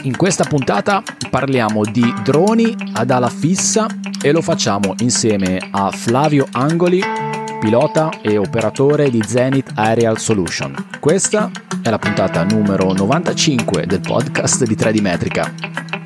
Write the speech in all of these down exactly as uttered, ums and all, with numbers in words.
In questa puntata parliamo di droni ad ala fissa e lo facciamo insieme a Flavio Angoli, pilota e operatore di Zenith Aerial Solution. Questa è la puntata numero novantacinque del podcast di tre D Metrica.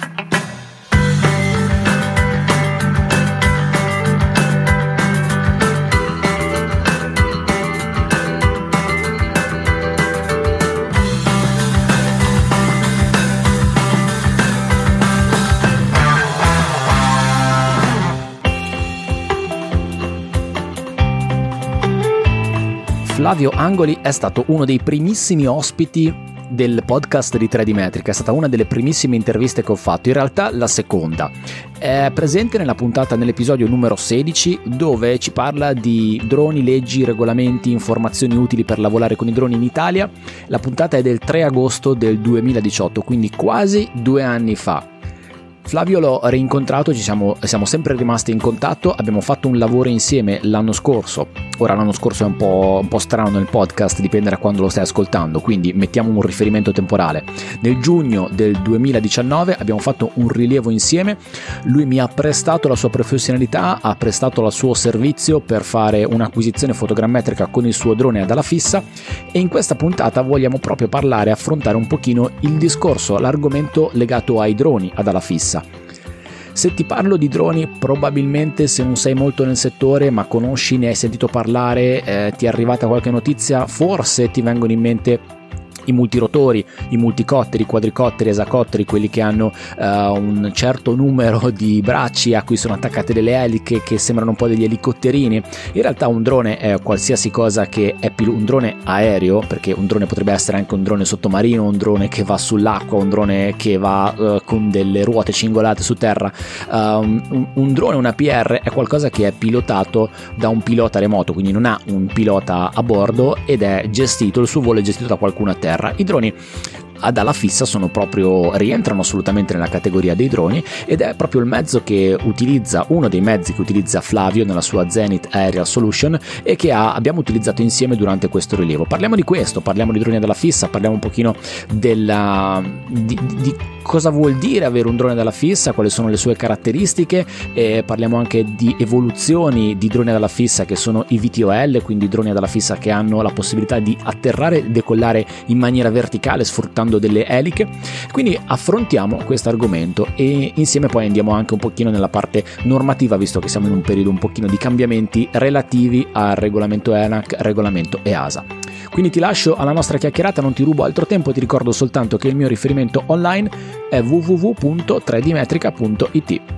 Flavio Angoli è stato uno dei primissimi ospiti del podcast di tre D Metrica, è stata una delle primissime interviste che ho fatto, in realtà la seconda. È presente nella puntata, nell'episodio numero sedici, dove ci parla di droni, leggi, regolamenti, informazioni utili per lavorare con i droni in Italia. La puntata è del tre agosto del duemiladiciotto, quindi quasi due anni fa. Flavio l'ho rincontrato, ci siamo, siamo sempre rimasti in contatto, abbiamo fatto un lavoro insieme l'anno scorso. Ora l'anno scorso è un po', un po' strano nel podcast, dipende da quando lo stai ascoltando, quindi mettiamo un riferimento temporale. Nel giugno del duemiladiciannove abbiamo fatto un rilievo insieme, lui mi ha prestato la sua professionalità, ha prestato il suo servizio per fare un'acquisizione fotogrammetrica con il suo drone ad ala fissa, e in questa puntata vogliamo proprio parlare, affrontare un pochino il discorso, l'argomento legato ai droni ad ala fissa. Se ti parlo di droni, probabilmente se non sei molto nel settore ma conosci, ne hai sentito parlare, eh, ti è arrivata qualche notizia, forse ti vengono in mente i multirotori, i multicotteri, i quadricotteri, esacotteri, quelli che hanno uh, un certo numero di bracci a cui sono attaccate delle eliche che sembrano un po' degli elicotterini. In realtà un drone è qualsiasi cosa che è pil- un drone aereo, perché un drone potrebbe essere anche un drone sottomarino, un drone che va sull'acqua, un drone che va uh, con delle ruote cingolate su terra. Um, un, un drone, una P R, è qualcosa che è pilotato da un pilota remoto, quindi non ha un pilota a bordo ed è gestito, il suo volo è gestito da qualcuno a terra. I droni ad ala fissa sono proprio, rientrano assolutamente nella categoria dei droni, ed è proprio il mezzo che utilizza, uno dei mezzi che utilizza Flavio nella sua Zenith Aerial Solution e che ha, abbiamo utilizzato insieme durante questo rilievo. Parliamo di questo, parliamo di droni ad ala fissa, parliamo un pochino della, di, di cosa vuol dire avere un drone ad ala fissa, quali sono le sue caratteristiche, e parliamo anche di evoluzioni di droni ad ala fissa che sono i V T O L, quindi droni ad ala fissa che hanno la possibilità di atterrare e decollare in maniera verticale sfruttando delle eliche. Quindi affrontiamo questo argomento e insieme poi andiamo anche un pochino nella parte normativa, visto che siamo in un periodo un pochino di cambiamenti relativi al regolamento E N A C, regolamento E A S A. Quindi ti lascio alla nostra chiacchierata, non ti rubo altro tempo, ti ricordo soltanto che il mio riferimento online è w w w punto tre d metrica punto i t.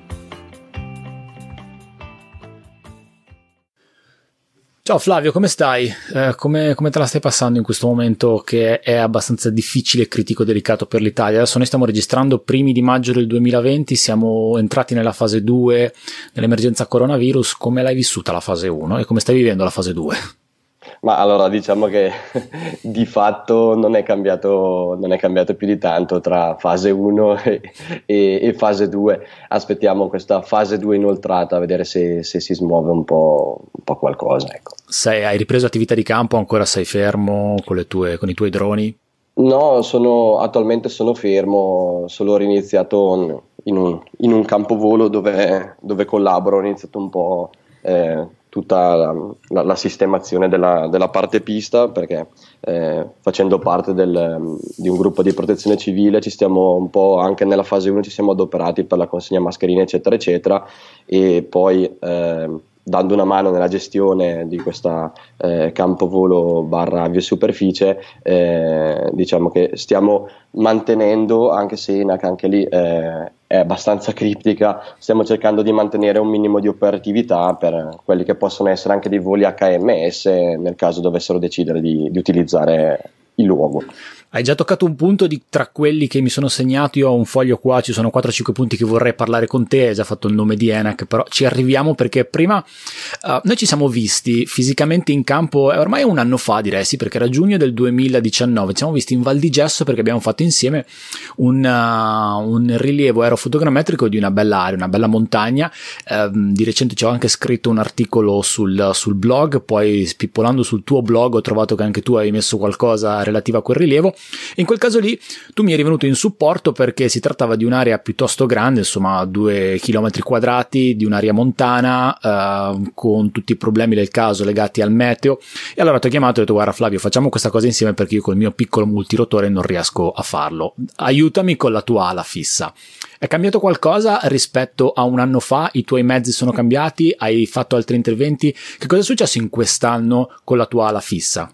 Ciao Flavio, come stai? Eh, come, come te la stai passando in questo momento che è abbastanza difficile e critico, delicato per l'Italia? Adesso noi stiamo registrando primi di maggio del duemilaventi, siamo entrati nella fase due dell'emergenza coronavirus. Come l'hai vissuta la fase uno e come stai vivendo la fase due? Ma allora diciamo che di fatto non è cambiato non è cambiato più di tanto tra fase uno e, e, e fase due. Aspettiamo questa fase due inoltrata a vedere se, se si smuove un po', un po' qualcosa, ecco. Sei, hai ripreso attività di campo, ancora sei fermo con, le tue, con i tuoi droni? No, sono, attualmente sono fermo, solo riniziato in un, in un campovolo dove, dove collaboro, ho iniziato un po' eh, tutta la, la, la sistemazione della, della parte pista, perché eh, facendo parte del, di un gruppo di protezione civile ci stiamo un po', anche nella fase uno ci siamo adoperati per la consegna mascherine eccetera eccetera, e poi eh, dando una mano nella gestione di questa eh, campovolo barra aviosuperficie, eh, diciamo che stiamo mantenendo, anche se E N A C anche lì eh, è abbastanza criptica, stiamo cercando di mantenere un minimo di operatività per quelli che possono essere anche dei voli H M S nel caso dovessero decidere di, di utilizzare il luogo. Hai già toccato un punto di, tra quelli che mi sono segnato. Io ho un foglio qua, ci sono quattro cinque punti che vorrei parlare con te. Hai già fatto il nome di E N A C, però ci arriviamo, perché prima uh, noi ci siamo visti fisicamente in campo, è ormai un anno fa direi, sì, perché era giugno del duemiladiciannove, ci siamo visti in Val di Gesso perché abbiamo fatto insieme un, uh, un rilievo aerofotogrammetrico di una bella area, una bella montagna. Uh, di recente ci ho anche scritto un articolo sul, sul blog, poi spippolando sul tuo blog ho trovato che anche tu hai messo qualcosa relativa a quel rilievo. In quel caso lì tu mi eri venuto in supporto perché si trattava di un'area piuttosto grande, insomma due chilometri quadrati, di un'area montana, eh, con tutti i problemi del caso legati al meteo, e allora ti ho chiamato e ho detto: guarda Flavio, facciamo questa cosa insieme perché io col mio piccolo multirotore non riesco a farlo, aiutami con la tua ala fissa. È cambiato qualcosa rispetto a un anno fa? I tuoi mezzi sono cambiati? Hai fatto altri interventi? Che cosa è successo in quest'anno con la tua ala fissa?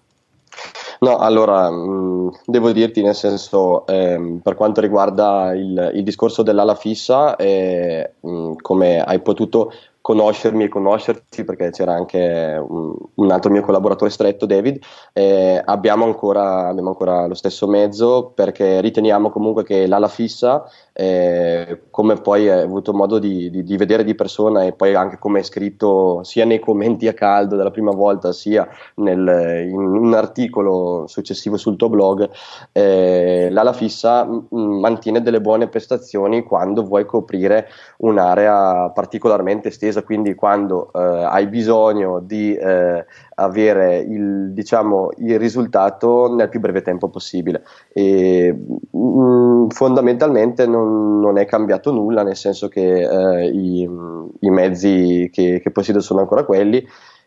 No, allora, mh, devo dirti, nel senso, ehm, per quanto riguarda il, il discorso dell'ala fissa, eh, mh, come hai potuto conoscermi e conoscerti, perché c'era anche un, un altro mio collaboratore stretto, David, eh, abbiamo ancora, abbiamo ancora lo stesso mezzo, perché riteniamo comunque che l'ala fissa, eh, come poi hai avuto modo di, di, di vedere di persona, e poi anche come è scritto sia nei commenti a caldo della prima volta, sia nel, in un articolo successivo sul tuo blog, eh, l'ala fissa m- mantiene delle buone prestazioni quando vuoi coprire un'area particolarmente estesa, quindi quando eh, hai bisogno di eh, avere il, diciamo, il risultato nel più breve tempo possibile. E, mh, fondamentalmente non, non è cambiato nulla, nel senso che eh, i, i mezzi che, che possiedo sono ancora quelli.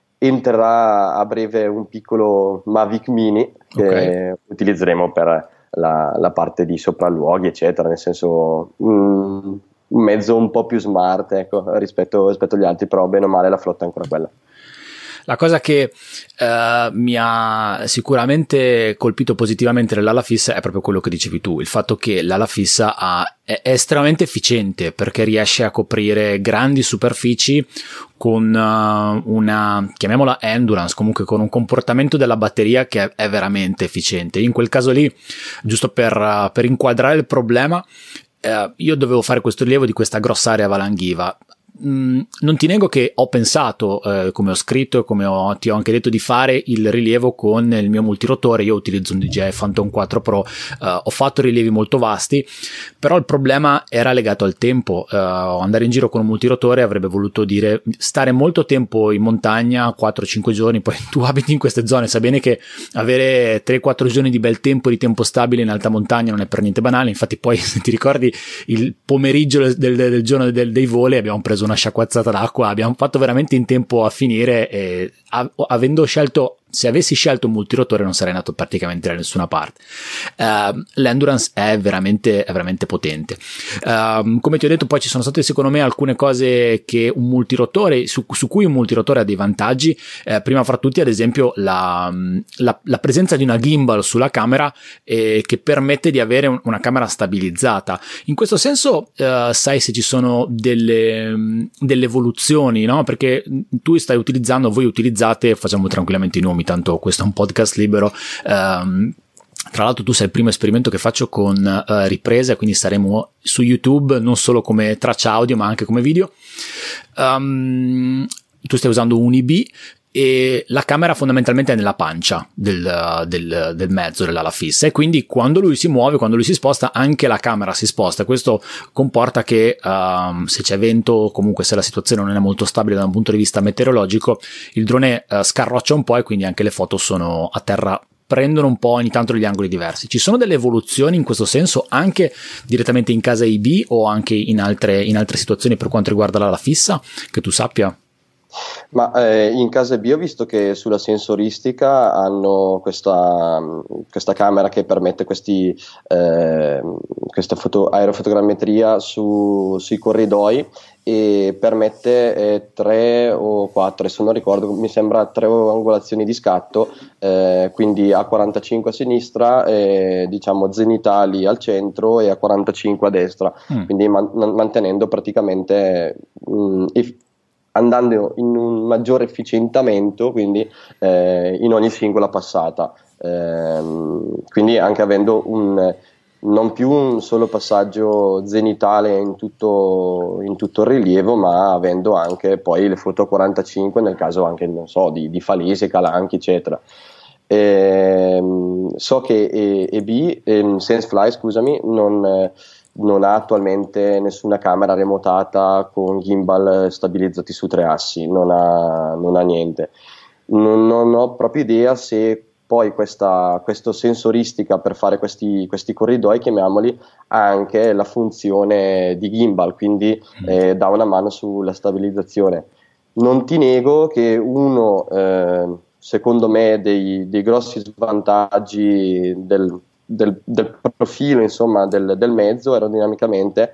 Entrerà a breve un piccolo Mavic Mini che okay. utilizzeremo per la, la parte di sopralluoghi, eccetera, nel senso mh, un mezzo un po' più smart, ecco, rispetto, rispetto agli altri, però bene o male la flotta è ancora quella. La cosa che uh, mi ha sicuramente colpito positivamente nell'ala fissa è proprio quello che dicevi tu, il fatto che l'ala fissa ha, è, è estremamente efficiente perché riesce a coprire grandi superfici con uh, una, chiamiamola endurance, comunque con un comportamento della batteria che è, è veramente efficiente. In quel caso lì, giusto per, uh, per inquadrare il problema, uh, io dovevo fare questo rilievo di questa grossa area valanghiva. Mm, non ti nego che ho pensato, eh, come ho scritto e come ho, ti ho anche detto, di fare il rilievo con il mio multirotore. Io utilizzo un D J I Phantom quattro Pro, eh, ho fatto rilievi molto vasti, però il problema era legato al tempo. eh, andare in giro con un multirotore avrebbe voluto dire stare molto tempo in montagna, quattro cinque giorni. Poi tu abiti in queste zone, sai bene che avere tre quattro giorni di bel tempo, di tempo stabile in alta montagna non è per niente banale. Infatti poi, se ti ricordi, il pomeriggio del, del, del giorno del, dei voli abbiamo preso una sciacquazzata d'acqua, abbiamo fatto veramente in tempo a finire, e a, avendo scelto, se avessi scelto un multirotore non sarei andato praticamente da nessuna parte. Uh, l'endurance è veramente, è veramente potente. Uh, come ti ho detto, poi ci sono state secondo me alcune cose che un multirotore, su, su cui un multirotore ha dei vantaggi, eh, prima fra tutti ad esempio la, la, la presenza di una gimbal sulla camera, eh, che permette di avere un, una camera stabilizzata. In questo senso uh, sai se ci sono delle, delle evoluzioni, no? Perché tu stai utilizzando, voi utilizzate, facciamo tranquillamente i nomi, tanto questo è un podcast libero. Um, tra l'altro tu sei il primo esperimento che faccio con uh, riprese, quindi saremo su YouTube non solo come traccia audio ma anche come video. Um, tu stai usando un I B e la camera fondamentalmente è nella pancia del, del, del mezzo dell'ala fissa, e quindi quando lui si muove, quando lui si sposta, anche la camera si sposta. Questo comporta che um, se c'è vento, comunque se la situazione non è molto stabile da un punto di vista meteorologico, il drone uh, scarroccia un po', e quindi anche le foto sono a terra, prendono un po' ogni tanto degli angoli diversi. Ci sono delle evoluzioni in questo senso anche direttamente in casa I B o anche in altre, in altre situazioni per quanto riguarda l'ala fissa, che tu sappia? Ma eh, in casa B ho visto che sulla sensoristica hanno questa, questa camera che permette questi, eh, questa foto, aerofotogrammetria su, sui corridoi, e permette eh, tre o quattro, adesso non ricordo, mi sembra tre angolazioni di scatto, eh, quindi a quarantacinque a sinistra, eh, diciamo zenitali al centro e a quarantacinque a destra, mm. quindi man- mantenendo praticamente mh, if- andando in un maggiore efficientamento, quindi eh, in ogni singola passata, eh, quindi anche avendo un non più un solo passaggio zenitale in tutto, in tutto il rilievo, ma avendo anche poi le foto a quarantacinque nel caso anche, non so, di, di falese, calanchi, eccetera. E, so che E, E B, e, Sensefly, scusami, non non ha attualmente nessuna camera remotata con gimbal stabilizzati su tre assi, non ha, non ha niente. Non, non ho proprio idea se poi questa questo sensoristica per fare questi, questi corridoi, chiamiamoli, ha anche la funzione di gimbal, quindi eh, dà una mano sulla stabilizzazione. Non ti nego che uno, eh, secondo me, dei, dei grossi svantaggi del, del, del profilo, insomma, del, del mezzo aerodinamicamente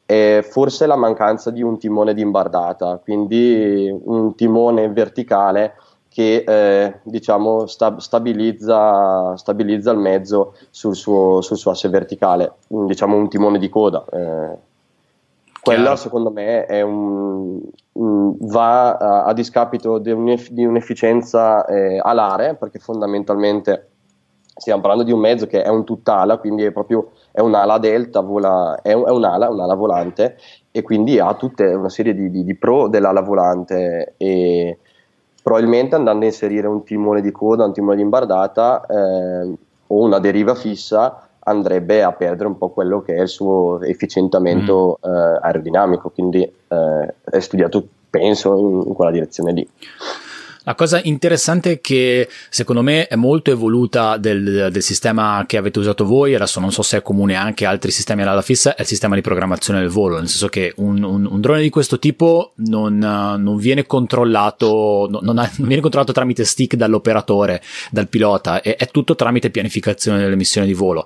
è forse la mancanza di un timone di imbardata, quindi un timone verticale che eh, diciamo sta, stabilizza, stabilizza il mezzo sul suo, sul suo asse verticale, diciamo un timone di coda. Eh, quella secondo me è un, un, va a, a discapito di, un, di un'efficienza eh, alare, perché fondamentalmente stiamo parlando di un mezzo che è un tutt'ala, quindi è proprio è un'ala delta, vola, è, un, è un'ala, un'ala volante, e quindi ha tutta una serie di, di, di pro dell'ala volante, e probabilmente andando a inserire un timone di coda, un timone di imbardata eh, o una deriva fissa andrebbe a perdere un po' quello che è il suo efficientamento mm. eh, aerodinamico, quindi eh, è studiato, penso, in, in quella direzione lì. La cosa interessante è che secondo me è molto evoluta del, del sistema che avete usato voi, adesso non so se è comune anche a altri sistemi all'ala fissa, è il sistema di programmazione del volo, nel senso che un, un, un drone di questo tipo non, non viene controllato non, ha, non viene controllato tramite stick dall'operatore, dal pilota, è, è tutto tramite pianificazione delle missioni di volo,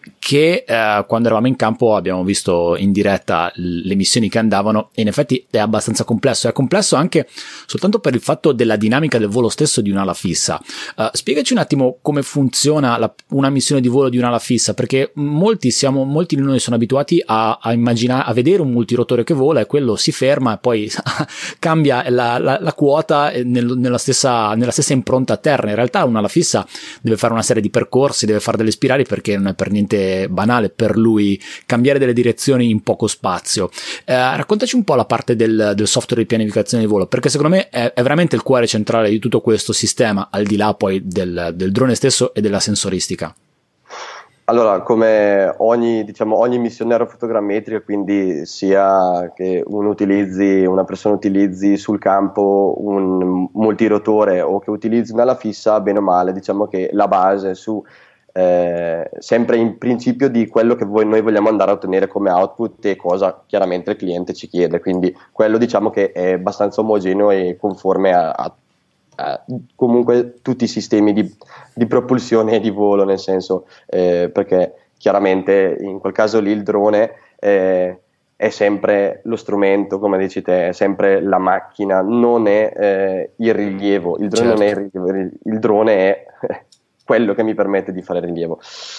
che eh, quando eravamo in campo abbiamo visto in diretta le missioni che andavano, e in effetti è abbastanza complesso, è complesso anche soltanto per il fatto della dinamica del volo stesso di un'ala fissa. Uh, spiegaci un attimo come funziona la, una missione di volo di un'ala fissa, perché molti siamo molti di noi sono abituati a, a immaginare, a vedere un multirotore che vola e quello si ferma e poi cambia la, la, la quota nel, nella stessa nella stessa impronta a terra. In realtà un'ala fissa deve fare una serie di percorsi, deve fare delle spirali, perché non è per niente banale per lui cambiare delle direzioni in poco spazio. Uh, raccontaci un po' la parte del, del software di pianificazione di volo, perché secondo me è, è veramente il cuore centrale di tutto questo sistema, al di là poi del, del drone stesso e della sensoristica. Allora, come ogni, diciamo, ogni missione aerofotogrammetrica, quindi sia che uno utilizzi, una persona utilizzi sul campo un multirotore o che utilizzi un'ala fissa, bene o male, diciamo che la base su eh, sempre in principio di quello che voi, noi vogliamo andare a ottenere come output e cosa chiaramente il cliente ci chiede, quindi quello diciamo che è abbastanza omogeneo e conforme a, a Uh, comunque tutti i sistemi di, di propulsione e di volo, nel senso eh, perché chiaramente in quel caso lì il drone eh, è sempre lo strumento, come dici te, è sempre la macchina, non è eh, il rilievo, il drone certo. non è il rilievo, il drone è quello che mi permette di fare rilievo,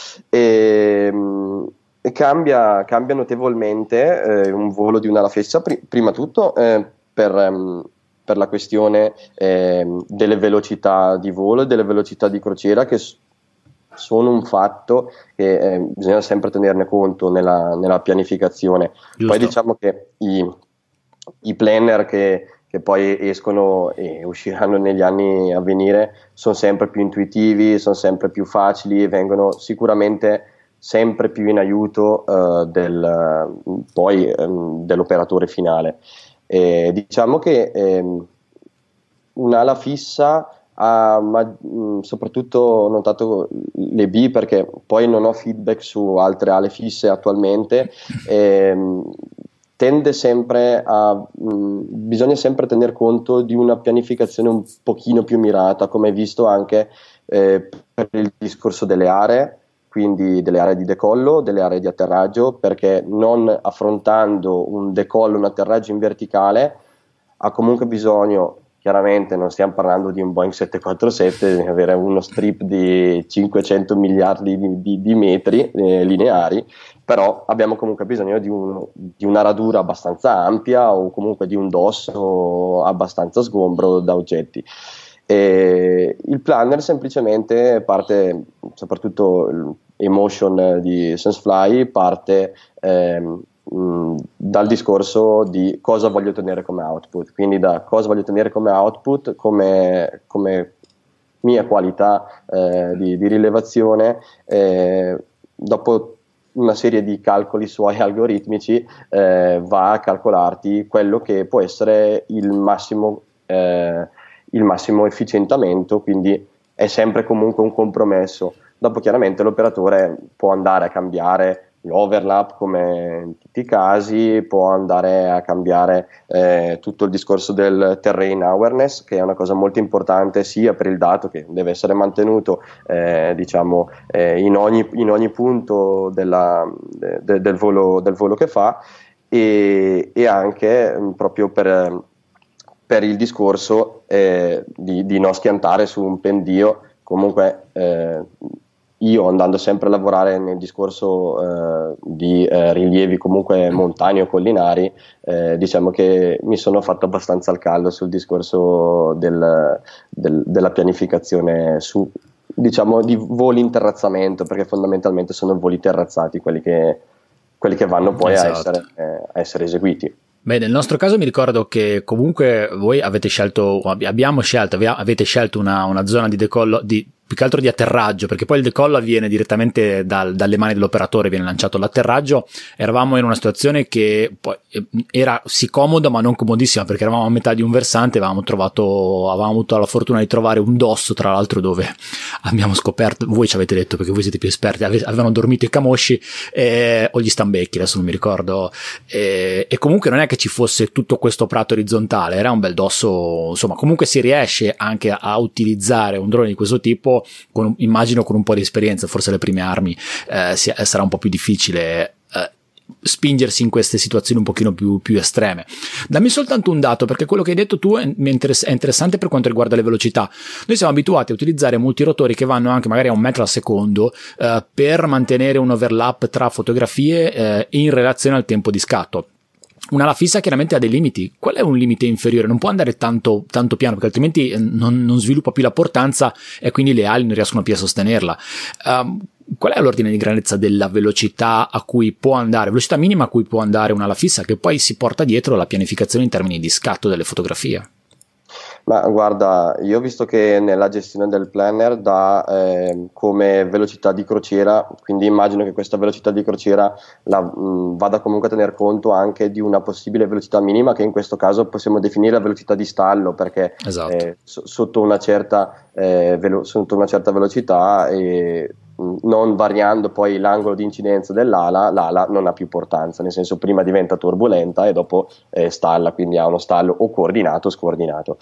e, e cambia, cambia notevolmente eh, un volo di un'ala fissa, Pri- prima tutto eh, per um, per la questione eh, delle velocità di volo e delle velocità di crociera, che s- sono un fatto che eh, bisogna sempre tenerne conto nella, nella pianificazione. Giusto. Poi diciamo che i, i planner che, che poi escono e usciranno negli anni a venire sono sempre più intuitivi, sono sempre più facili e vengono sicuramente sempre più in aiuto uh, del, poi um, dell'operatore finale. Eh, diciamo che ehm, un'ala fissa ha, ma, mh, soprattutto ho notato le B, perché poi non ho feedback su altre ale fisse attualmente, ehm, tende sempre a mh, bisogna sempre tener conto di una pianificazione un pochino più mirata, come hai visto anche eh, per il discorso delle aree, quindi delle aree di decollo, delle aree di atterraggio, perché non affrontando un decollo, un atterraggio in verticale, ha comunque bisogno, chiaramente non stiamo parlando di un Boeing sette quattro sette, di avere uno strip di cinquecento miliardi di, di, di metri eh, lineari, però abbiamo comunque bisogno di, un, di una radura abbastanza ampia o comunque di un dosso abbastanza sgombro da oggetti. E il planner semplicemente parte, soprattutto Emotion di SenseFly, parte ehm, mh, dal discorso di cosa voglio ottenere come output, quindi da cosa voglio ottenere come output, come, come mia qualità eh, di, di rilevazione, eh, dopo una serie di calcoli suoi algoritmici eh, va a calcolarti quello che può essere il massimo eh, il massimo efficientamento, quindi è sempre comunque un compromesso. Dopo chiaramente l'operatore può andare a cambiare l'overlap come in tutti i casi, può andare a cambiare eh, tutto il discorso del terrain awareness, che è una cosa molto importante sia per il dato che deve essere mantenuto eh, diciamo eh, in, ogni, in ogni punto della, de, de, del, volo, del volo che fa, e, e anche mh, proprio per, per il discorso eh, di, di non schiantare su un pendio. Comunque eh, io andando sempre a lavorare nel discorso eh, di eh, rilievi comunque montani o collinari, eh, diciamo che mi sono fatto abbastanza al caldo sul discorso del, del, della pianificazione su, diciamo, di voli in terrazzamento, perché fondamentalmente sono voli terrazzati quelli che, quelli che vanno poi esatto. a, essere, eh, a essere eseguiti. Beh, nel nostro caso mi ricordo che comunque voi avete scelto, abbiamo scelto, avete scelto una, una zona di decollo, di più che altro di atterraggio, perché poi il decollo avviene direttamente dal, dalle mani dell'operatore, viene lanciato l'atterraggio. Eravamo in una situazione che poi era sì comoda ma non comodissima, perché eravamo a metà di un versante, avevamo trovato, avevamo avuto la fortuna di trovare un dosso, tra l'altro, dove abbiamo scoperto, voi ci avete detto perché voi siete più esperti, avevano dormito i camosci eh, o gli stambecchi, adesso non mi ricordo, eh, e comunque non è che ci fosse tutto questo prato orizzontale, era un bel dosso, insomma. Comunque si riesce anche a utilizzare un drone di questo tipo, con, immagino con un po' di esperienza, forse le prime armi eh, si, sarà un po' più difficile eh, spingersi in queste situazioni un pochino più, più estreme. Dammi soltanto un dato, perché quello che hai detto tu è, è interessante per quanto riguarda le velocità. Noi siamo abituati a utilizzare multirotori che vanno anche magari a un metro al secondo eh, per mantenere un overlap tra fotografie eh, in relazione al tempo di scatto. Un'ala fissa chiaramente ha dei limiti. Qual è un limite inferiore? Non può andare tanto, tanto piano, perché altrimenti non, non sviluppa più la portanza e quindi le ali non riescono più a sostenerla. Um, qual è l'ordine di grandezza della velocità a cui può andare, velocità minima a cui può andare un'ala fissa, che poi si porta dietro la pianificazione in termini di scatto delle fotografie? Ma guarda, io ho visto che nella gestione del planner dà eh, come velocità di crociera, quindi immagino che questa velocità di crociera la, mh, vada comunque a tener conto anche di una possibile velocità minima, che in questo caso possiamo definire la velocità di stallo, perché esatto. eh, so, sotto, una certa, eh, velo- sotto una certa velocità e non variando poi l'angolo di incidenza dell'ala, l'ala non ha più portanza, nel senso prima diventa turbolenta e dopo eh, stalla, quindi ha uno stallo o coordinato o scordinato.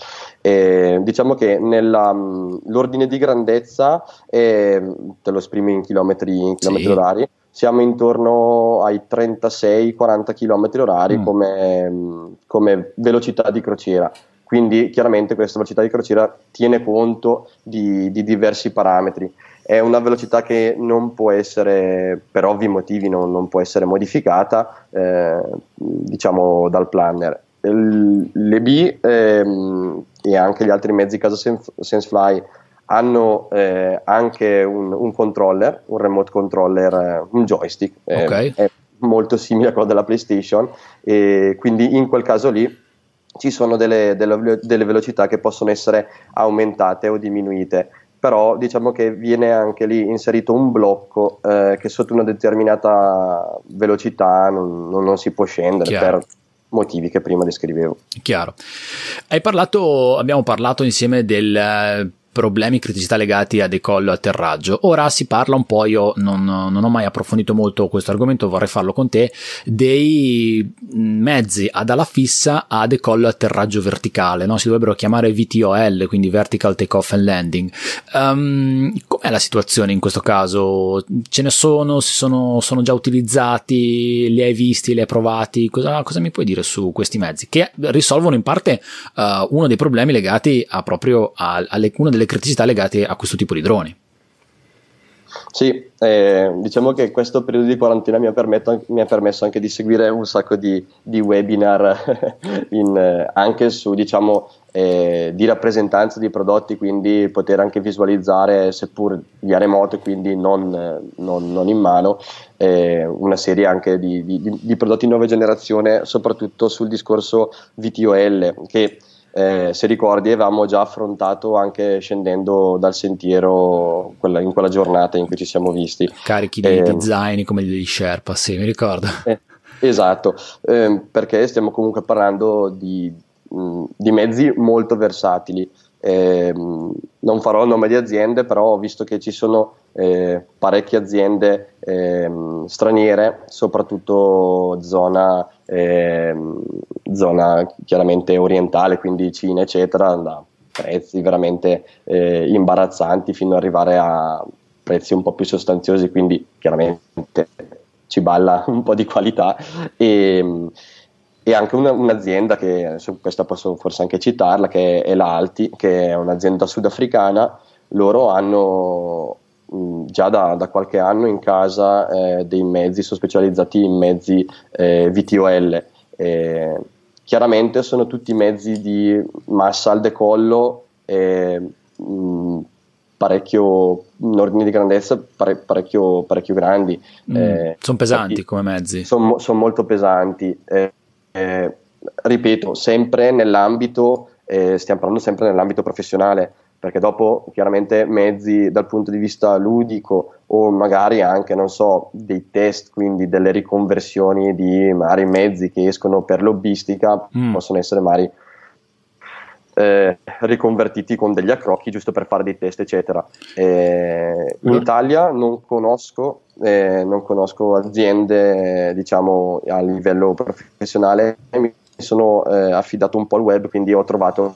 E diciamo che nella, l'ordine di grandezza eh, te lo esprimi in chilometri, in chilometri sì. orari, siamo intorno ai trentasei quaranta chilometri orari mm. come, come velocità di crociera. Quindi chiaramente questa velocità di crociera tiene conto di, di diversi parametri. È una velocità che non può essere, per ovvi motivi, non, non può essere modificata eh, diciamo dal planner. Il, le B ehm, e anche gli altri mezzi casa SenseFly hanno eh, anche un, un controller, un remote controller, un joystick, eh, okay. È molto simile a quello della PlayStation, e quindi in quel caso lì ci sono delle, delle, delle velocità che possono essere aumentate o diminuite, però diciamo che viene anche lì inserito un blocco eh, che sotto una determinata velocità non, non, non si può scendere. Chiaro. Per motivi che prima descrivevo. Chiaro. Hai parlato, abbiamo parlato insieme del problemi, criticità legati a decollo e atterraggio. Ora si parla un po', io non, non ho mai approfondito molto questo argomento, vorrei farlo con te, dei mezzi ad ala fissa a decollo e atterraggio verticale, no? Si dovrebbero chiamare V T O L, quindi Vertical Takeoff and Landing. Um, com'è la situazione in questo caso? Ce ne sono? Si sono, sono già utilizzati? Li hai visti? Li hai provati? Cosa, cosa mi puoi dire su questi mezzi? Che risolvono in parte uh, uno dei problemi legati a proprio a, alle, una delle criticità legate a questo tipo di droni. Sì, eh, diciamo che questo periodo di quarantena mi ha, permetto, mi ha permesso anche di seguire un sacco di, di webinar in, eh, anche su, diciamo, eh, di rappresentanza di prodotti, quindi poter anche visualizzare, seppur via remoto, quindi non, non, non in mano, eh, una serie anche di, di, di prodotti di nuova generazione, soprattutto sul discorso V T O L, che Eh, se ricordi avevamo già affrontato anche scendendo dal sentiero quella, in quella giornata in cui ci siamo visti, carichi di, eh, di zaini come degli Sherpa, sì, mi ricordo. Eh, esatto, eh, perché stiamo comunque parlando di, mh, di mezzi molto versatili. eh, non farò il nome di aziende, però ho visto che ci sono eh, parecchie aziende eh, straniere, soprattutto zona, eh, zona chiaramente orientale, quindi Cina eccetera, da prezzi veramente eh, imbarazzanti fino ad arrivare a prezzi un po' più sostanziosi, quindi chiaramente ci balla un po' di qualità. E, e anche una, un'azienda che, su questa posso forse anche citarla, che è la Alti, che è un'azienda sudafricana. Loro hanno mh, già da, da qualche anno in casa eh, dei mezzi, sono specializzati in mezzi eh, V T O L. Eh, chiaramente sono tutti mezzi di massa al decollo, eh, mh, parecchio in ordine di grandezza pare, parecchio, parecchio grandi. Mm, eh, sono pesanti come mezzi. Sono son molto pesanti. Eh, eh, ripeto, sempre nell'ambito, eh, stiamo parlando sempre nell'ambito professionale, perché dopo chiaramente mezzi dal punto di vista ludico o magari anche, non so, dei test, quindi delle riconversioni di magari mezzi che escono per lobbistica, mm. possono essere magari Eh, riconvertiti con degli accrocchi giusto per fare dei test eccetera. Eh, in Italia non conosco eh, non conosco aziende eh, diciamo a livello professionale. Mi sono eh, affidato un po' al web, quindi ho trovato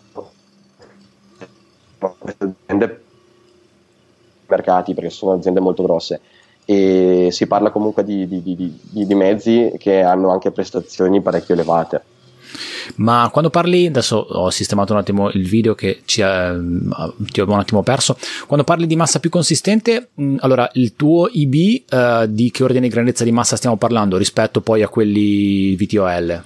queste aziende mercati, perché sono aziende molto grosse, e si parla comunque di, di, di, di, di mezzi che hanno anche prestazioni parecchio elevate. Ma quando parli, adesso ho sistemato un attimo il video che ci ha, ti ho un attimo perso, quando parli di massa più consistente, mh, allora il tuo I B uh, di che ordine di grandezza di massa stiamo parlando rispetto poi a quelli V T O L?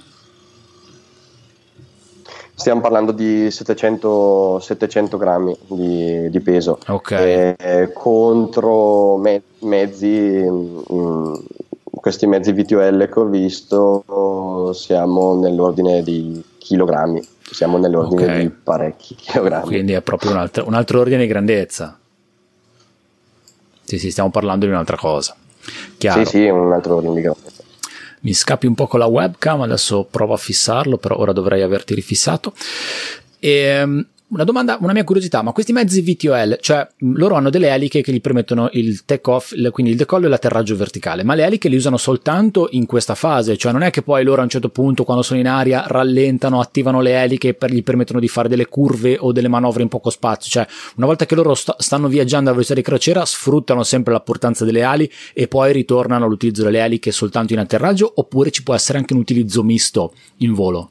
Stiamo parlando di settecento, settecento grammi di, di peso. Ok. Eh, contro me, mezzi mh, questi mezzi V T O L che ho visto siamo nell'ordine di chilogrammi, siamo nell'ordine okay. di parecchi chilogrammi. Quindi è proprio un altro, un altro ordine di grandezza. Sì, sì, stiamo parlando di un'altra cosa. Chiaro. Sì, sì, un altro ordine di grandezza. Mi scappi un po' con la webcam, adesso provo a fissarlo, però ora dovrei averti rifissato. E, una domanda, una mia curiosità, ma questi mezzi V T O L, cioè loro hanno delle eliche che gli permettono il take off, quindi il decollo e l'atterraggio verticale, ma le eliche le usano soltanto in questa fase, cioè non è che poi loro a un certo punto quando sono in aria rallentano, attivano le eliche e gli permettono di fare delle curve o delle manovre in poco spazio, cioè una volta che loro st- stanno viaggiando alla velocità di crociera sfruttano sempre la portanza delle ali e poi ritornano all'utilizzo delle eliche soltanto in atterraggio, oppure ci può essere anche un utilizzo misto in volo?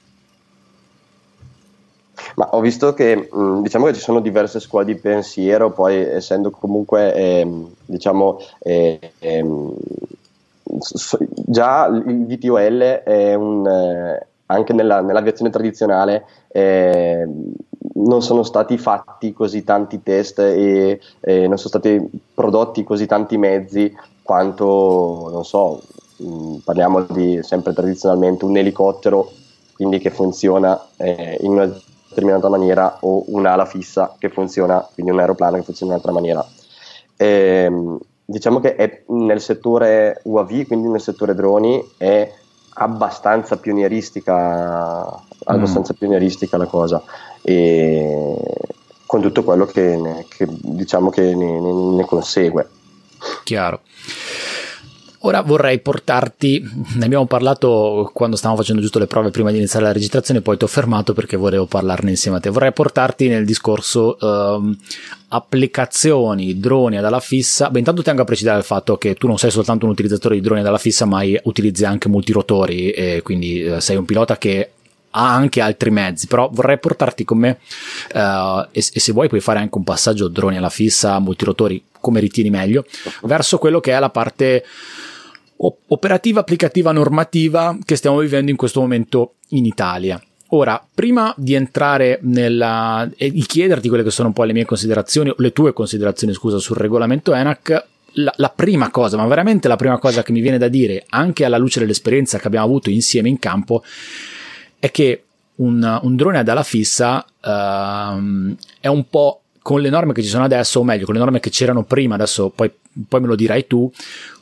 Ma ho visto che mh, diciamo che ci sono diverse scuole di pensiero, poi essendo comunque ehm, diciamo eh, ehm, so, già il V T O L è un eh, anche nella, nell'aviazione tradizionale eh, non sono stati fatti così tanti test e eh, non sono stati prodotti così tanti mezzi quanto, non so, mh, parliamo di sempre tradizionalmente un elicottero, quindi che funziona eh, in una determinata maniera, o un'ala fissa che funziona, quindi un aeroplano che funziona in un'altra maniera. E, diciamo che è nel settore U A V, quindi nel settore droni, è abbastanza pionieristica, abbastanza mm. pionieristica la cosa, e con tutto quello che, ne, che diciamo che ne, ne, ne consegue. Chiaro. Ora vorrei portarti, ne abbiamo parlato quando stavamo facendo giusto le prove prima di iniziare la registrazione, poi ti ho fermato perché volevo parlarne insieme a te. Vorrei portarti nel discorso um, applicazioni, droni ad ala fissa. Beh, intanto tengo a precisare il fatto che tu non sei soltanto un utilizzatore di droni ad ala fissa, ma utilizzi anche multirotori, e quindi uh, sei un pilota che ha anche altri mezzi, però vorrei portarti con me uh, e, e se vuoi puoi fare anche un passaggio droni alla fissa, multirotori, come ritieni meglio, verso quello che è la parte operativa, applicativa, normativa che stiamo vivendo in questo momento in Italia. Ora, prima di entrare nella e di chiederti quelle che sono un po' le mie considerazioni, o le tue considerazioni, scusa, sul regolamento ENAC, la, la prima cosa, ma veramente la prima cosa che mi viene da dire, anche alla luce dell'esperienza che abbiamo avuto insieme in campo, è che un, un drone ad ala fissa uh, è un po', con le norme che ci sono adesso, o meglio, con le norme che c'erano prima, adesso poi, poi me lo dirai tu,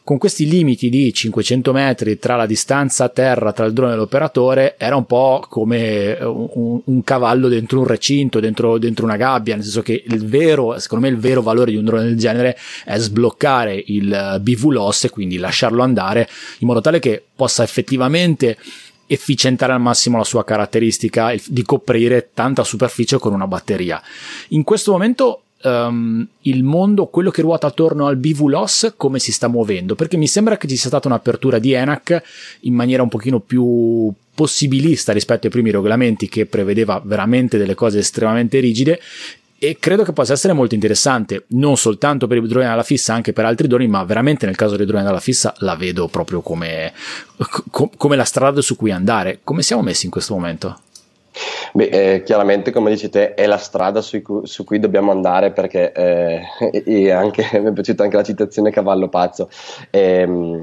con questi limiti di cinquecento metri tra la distanza a terra tra il drone e l'operatore era un po' come un, un cavallo dentro un recinto, dentro, dentro una gabbia, nel senso che il vero, secondo me il vero valore di un drone del genere è sbloccare il B V LOS e quindi lasciarlo andare in modo tale che possa effettivamente efficientare al massimo la sua caratteristica di coprire tanta superficie con una batteria. In questo momento Um, il mondo, quello che ruota attorno al B V LOS, come si sta muovendo? Perché mi sembra che ci sia stata un'apertura di ENAC in maniera un pochino più possibilista rispetto ai primi regolamenti, che prevedeva veramente delle cose estremamente rigide, e credo che possa essere molto interessante non soltanto per i droni alla fissa, anche per altri droni, ma veramente nel caso dei droni alla fissa la vedo proprio come, co- come la strada su cui andare. Come siamo messi in questo momento? Beh, eh, chiaramente, come dici te, è la strada su cui, su cui dobbiamo andare, perché eh, e anche mi è piaciuta anche la citazione cavallo pazzo. Ehm,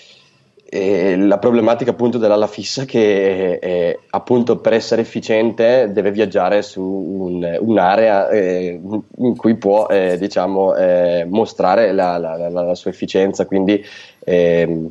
e la problematica appunto dell'ala fissa, che eh, appunto per essere efficiente deve viaggiare su un, un'area eh, in cui può eh, diciamo eh, mostrare la, la, la, la sua efficienza, quindi eh,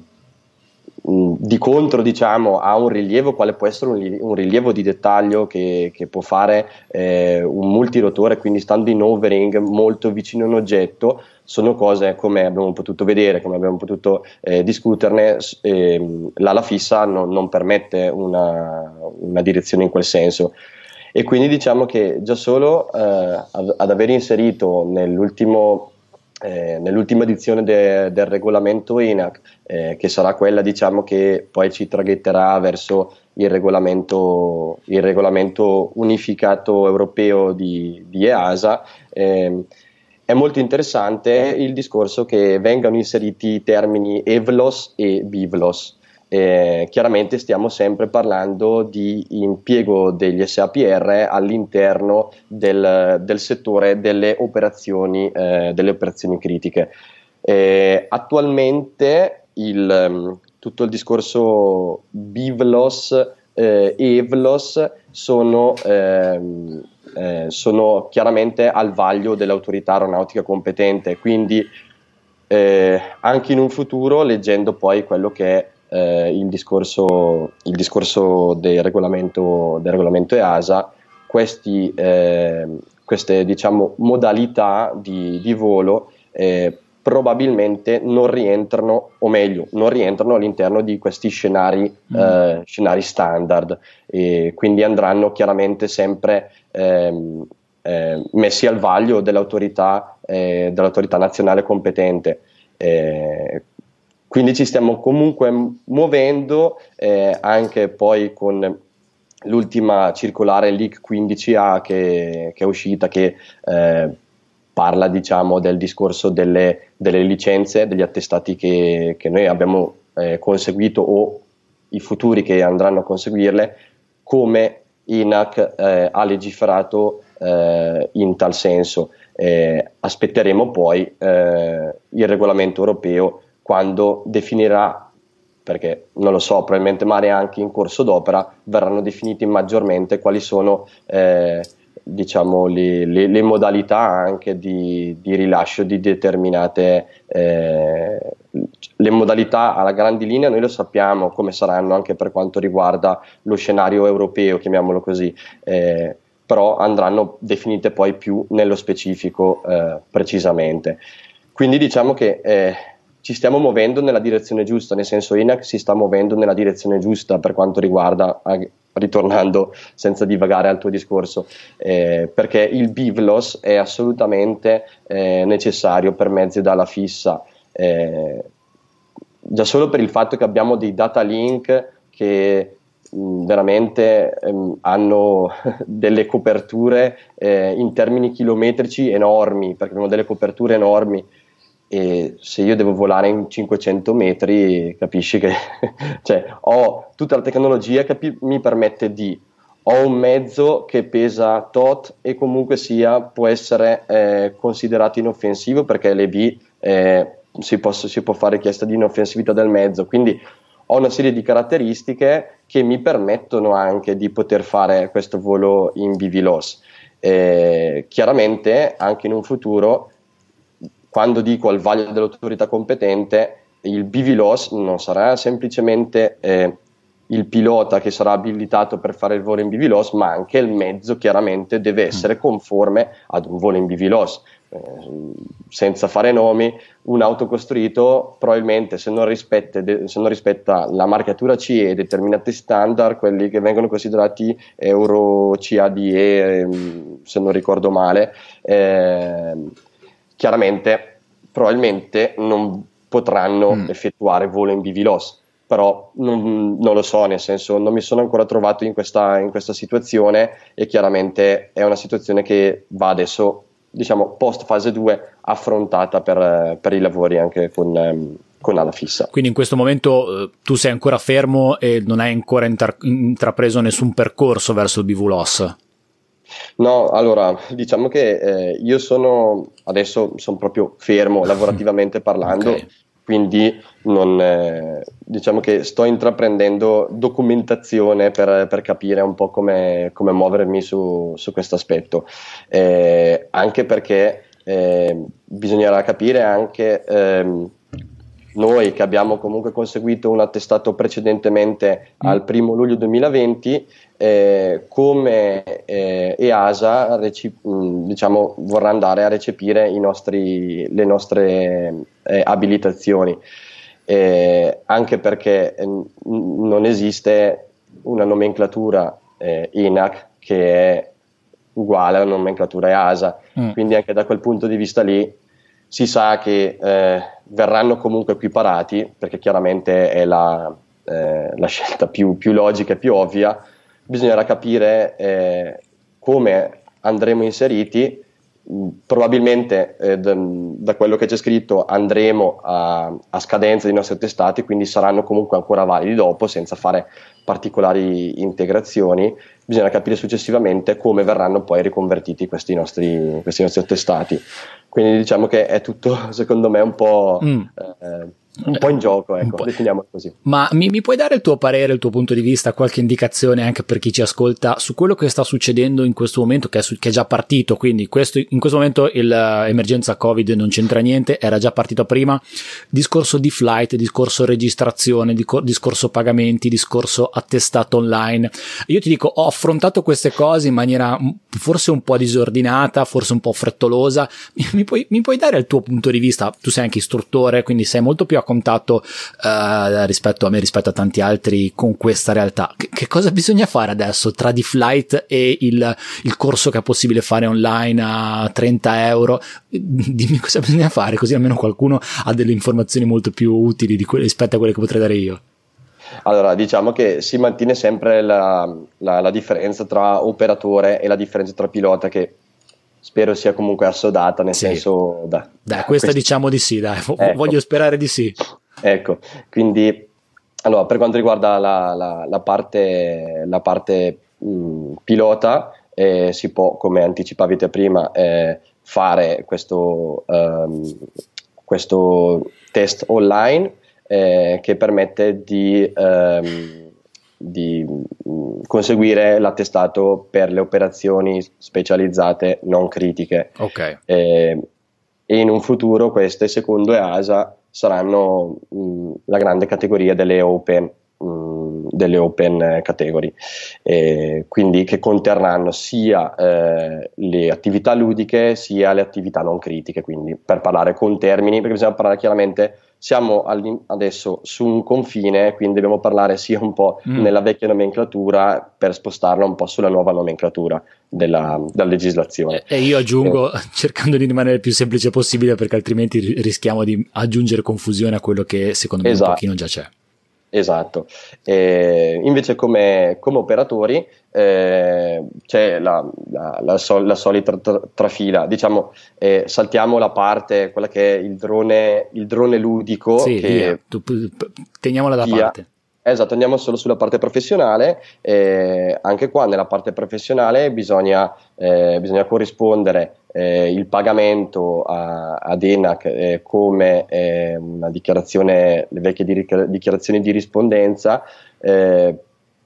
di contro diciamo ha un rilievo quale può essere un, un rilievo di dettaglio che, che può fare eh, un multirotore, quindi stando in overing molto vicino a un oggetto. Sono cose, come abbiamo potuto vedere, come abbiamo potuto eh, discuterne, eh, l'ala fissa non, non permette una, una direzione in quel senso, e quindi diciamo che già solo eh, ad, ad aver inserito nell'ultimo Eh, nell'ultima edizione de, del regolamento ENAC, eh, che sarà quella diciamo che poi ci traghetterà verso il regolamento, il regolamento unificato europeo di, di EASA, eh, è molto interessante il discorso che vengano inseriti i termini E V LOS e B V LOS. Eh, chiaramente stiamo sempre parlando di impiego degli S A P R all'interno del, del settore delle operazioni, eh, delle operazioni critiche. Eh, attualmente il, tutto il discorso B V LOS eh, e E V LOS sono, ehm, eh, sono chiaramente al vaglio dell'autorità aeronautica competente, quindi eh, anche in un futuro, leggendo poi quello che è Eh, il discorso, il discorso del regolamento, del regolamento EASA, questi, eh, queste diciamo modalità di, di volo eh, probabilmente non rientrano, o meglio, non rientrano all'interno di questi scenari, mm. eh, scenari standard, e quindi andranno chiaramente sempre ehm, eh, messi al vaglio dell'autorità, eh, dell'autorità nazionale competente. Eh, Quindi ci stiamo comunque muovendo, eh, anche poi con l'ultima circolare L I C quindici A che, che è uscita, che eh, parla diciamo del discorso delle, delle licenze, degli attestati che, che noi abbiamo eh, conseguito o i futuri che andranno a conseguirle, come ENAC eh, ha legiferato eh, in tal senso. Eh, aspetteremo poi eh, il regolamento europeo quando definirà, perché non lo so, probabilmente magari anche in corso d'opera verranno definiti maggiormente quali sono eh, diciamo le, le, le modalità anche di, di rilascio di determinate eh, le modalità alla grandi linea. Noi lo sappiamo come saranno anche per quanto riguarda lo scenario europeo, chiamiamolo così, eh, però andranno definite poi più nello specifico eh, precisamente. Quindi diciamo che eh, ci stiamo muovendo nella direzione giusta, nel senso ENAC si sta muovendo nella direzione giusta per quanto riguarda, ritornando senza divagare al tuo discorso, eh, perché il B V LOS è assolutamente eh, necessario per mezzi dalla fissa, eh, già solo per il fatto che abbiamo dei data link che mh, veramente ehm, hanno delle coperture eh, in termini chilometrici enormi, perché abbiamo delle coperture enormi. E se io devo volare in cinquecento metri, capisci che cioè, ho tutta la tecnologia che pi- mi permette di, ho un mezzo che pesa tot e comunque sia può essere eh, considerato inoffensivo, perché le B eh, si, posso, si può fare richiesta di inoffensività del mezzo, quindi ho una serie di caratteristiche che mi permettono anche di poter fare questo volo in B V LOS. Eh, chiaramente anche in un futuro, quando dico al vaglio dell'autorità competente, il B V loss non sarà semplicemente eh, il pilota che sarà abilitato per fare il volo in B V loss, ma anche il mezzo chiaramente deve essere conforme ad un volo in B V loss. Eh, senza fare nomi, un auto costruito probabilmente se non, rispetta, se non rispetta la marcatura C E e determinati standard, quelli che vengono considerati Euro C A D E, se non ricordo male, eh, chiaramente probabilmente non potranno mm. effettuare volo in B V loss. Però non, non lo so, nel senso non mi sono ancora trovato in questa, in questa situazione, e chiaramente è una situazione che va adesso, diciamo, post fase due, affrontata per, per i lavori anche con, ehm, con ala fissa. Quindi in questo momento eh, tu sei ancora fermo e non hai ancora intra- intrapreso nessun percorso verso il B V loss? No, allora diciamo che eh, io sono adesso sono proprio fermo lavorativamente parlando. Okay. Quindi non, eh, diciamo che sto intraprendendo documentazione per, per capire un po' come, come muovermi su, su questo aspetto, eh, anche perché eh, bisognerà capire anche ehm, noi che abbiamo comunque conseguito un attestato precedentemente mm. al primo luglio duemilaventi, eh, come eh, EASA reci- diciamo, vorrà andare a recepire i nostri, le nostre eh, abilitazioni, eh, anche perché eh, non esiste una nomenclatura eh, I N A C che è uguale alla nomenclatura EASA, mm. quindi anche da quel punto di vista lì si sa che eh, verranno comunque equiparati, perché chiaramente è la, eh, la scelta più, più logica e più ovvia. Bisognerà capire eh, come andremo inseriti. Probabilmente eh, da, da quello che c'è scritto andremo a, a scadenza dei nostri attestati, quindi saranno comunque ancora validi dopo, senza fare particolari integrazioni. Bisogna capire successivamente come verranno poi riconvertiti questi nostri, questi nostri attestati. Quindi diciamo che è tutto, secondo me, un po', mm. eh, un po' in gioco, ecco, definiamolo così. Ma mi, mi puoi dare il tuo parere, il tuo punto di vista, qualche indicazione anche per chi ci ascolta su quello che sta succedendo in questo momento, che è, su, che è già partito? Quindi questo, in questo momento l'emergenza Covid non c'entra niente, era già partito prima. Discorso di flight, discorso registrazione, discorso pagamenti, discorso attestato online. Io ti dico, ho affrontato queste cose in maniera forse un po' disordinata, forse un po' frettolosa. Mi puoi, mi puoi dare il tuo punto di vista? Tu sei anche istruttore, quindi sei molto più a contatto uh, rispetto a me, rispetto a tanti altri con questa realtà. Che, che cosa bisogna fare adesso tra D-Flight e il, il corso che è possibile fare online a trenta euro? Dimmi cosa bisogna fare, così almeno qualcuno ha delle informazioni molto più utili di quelle, rispetto a quelle che potrei dare io. Allora, diciamo che si mantiene sempre la, la, la differenza tra operatore e la differenza tra pilota, che spero sia comunque assodata, nel sì. senso... Da, dai, questa questo. Diciamo di sì, dai, ecco. Voglio sperare di sì. Ecco, quindi, allora, per quanto riguarda la, la, la parte, la parte mh, pilota, eh, si può, come anticipavi te prima, eh, fare questo, um, questo test online, eh, che permette di... Um, di mh, conseguire l'attestato per le operazioni specializzate non critiche. Okay. Eh, e in un futuro queste, secondo EASA, saranno mh, la grande categoria delle open, mh, delle open category, eh, quindi che conterranno sia eh, le attività ludiche sia le attività non critiche. Quindi, per parlare con termini, perché bisogna parlare chiaramente, siamo adesso su un confine, quindi dobbiamo parlare sia un po' mm. nella vecchia nomenclatura per spostarla un po' sulla nuova nomenclatura della, della legislazione. E io aggiungo, eh. cercando di rimanere il più semplice possibile, perché altrimenti rischiamo di aggiungere confusione a quello che secondo me esatto. un pochino già c'è. Esatto. Eh, invece come, come operatori eh, c'è la, la, la, sol, la solita tra, trafila, diciamo, eh, saltiamo la parte, quella che è il drone, il drone ludico. Sì, che via. Tu, teniamola da via. parte. Esatto, andiamo solo sulla parte professionale. Eh, anche qua nella parte professionale bisogna, eh, bisogna corrispondere eh, il pagamento a, ad E N A C eh, come eh, una dichiarazione, le vecchie di, dichiarazioni di rispondenza, eh,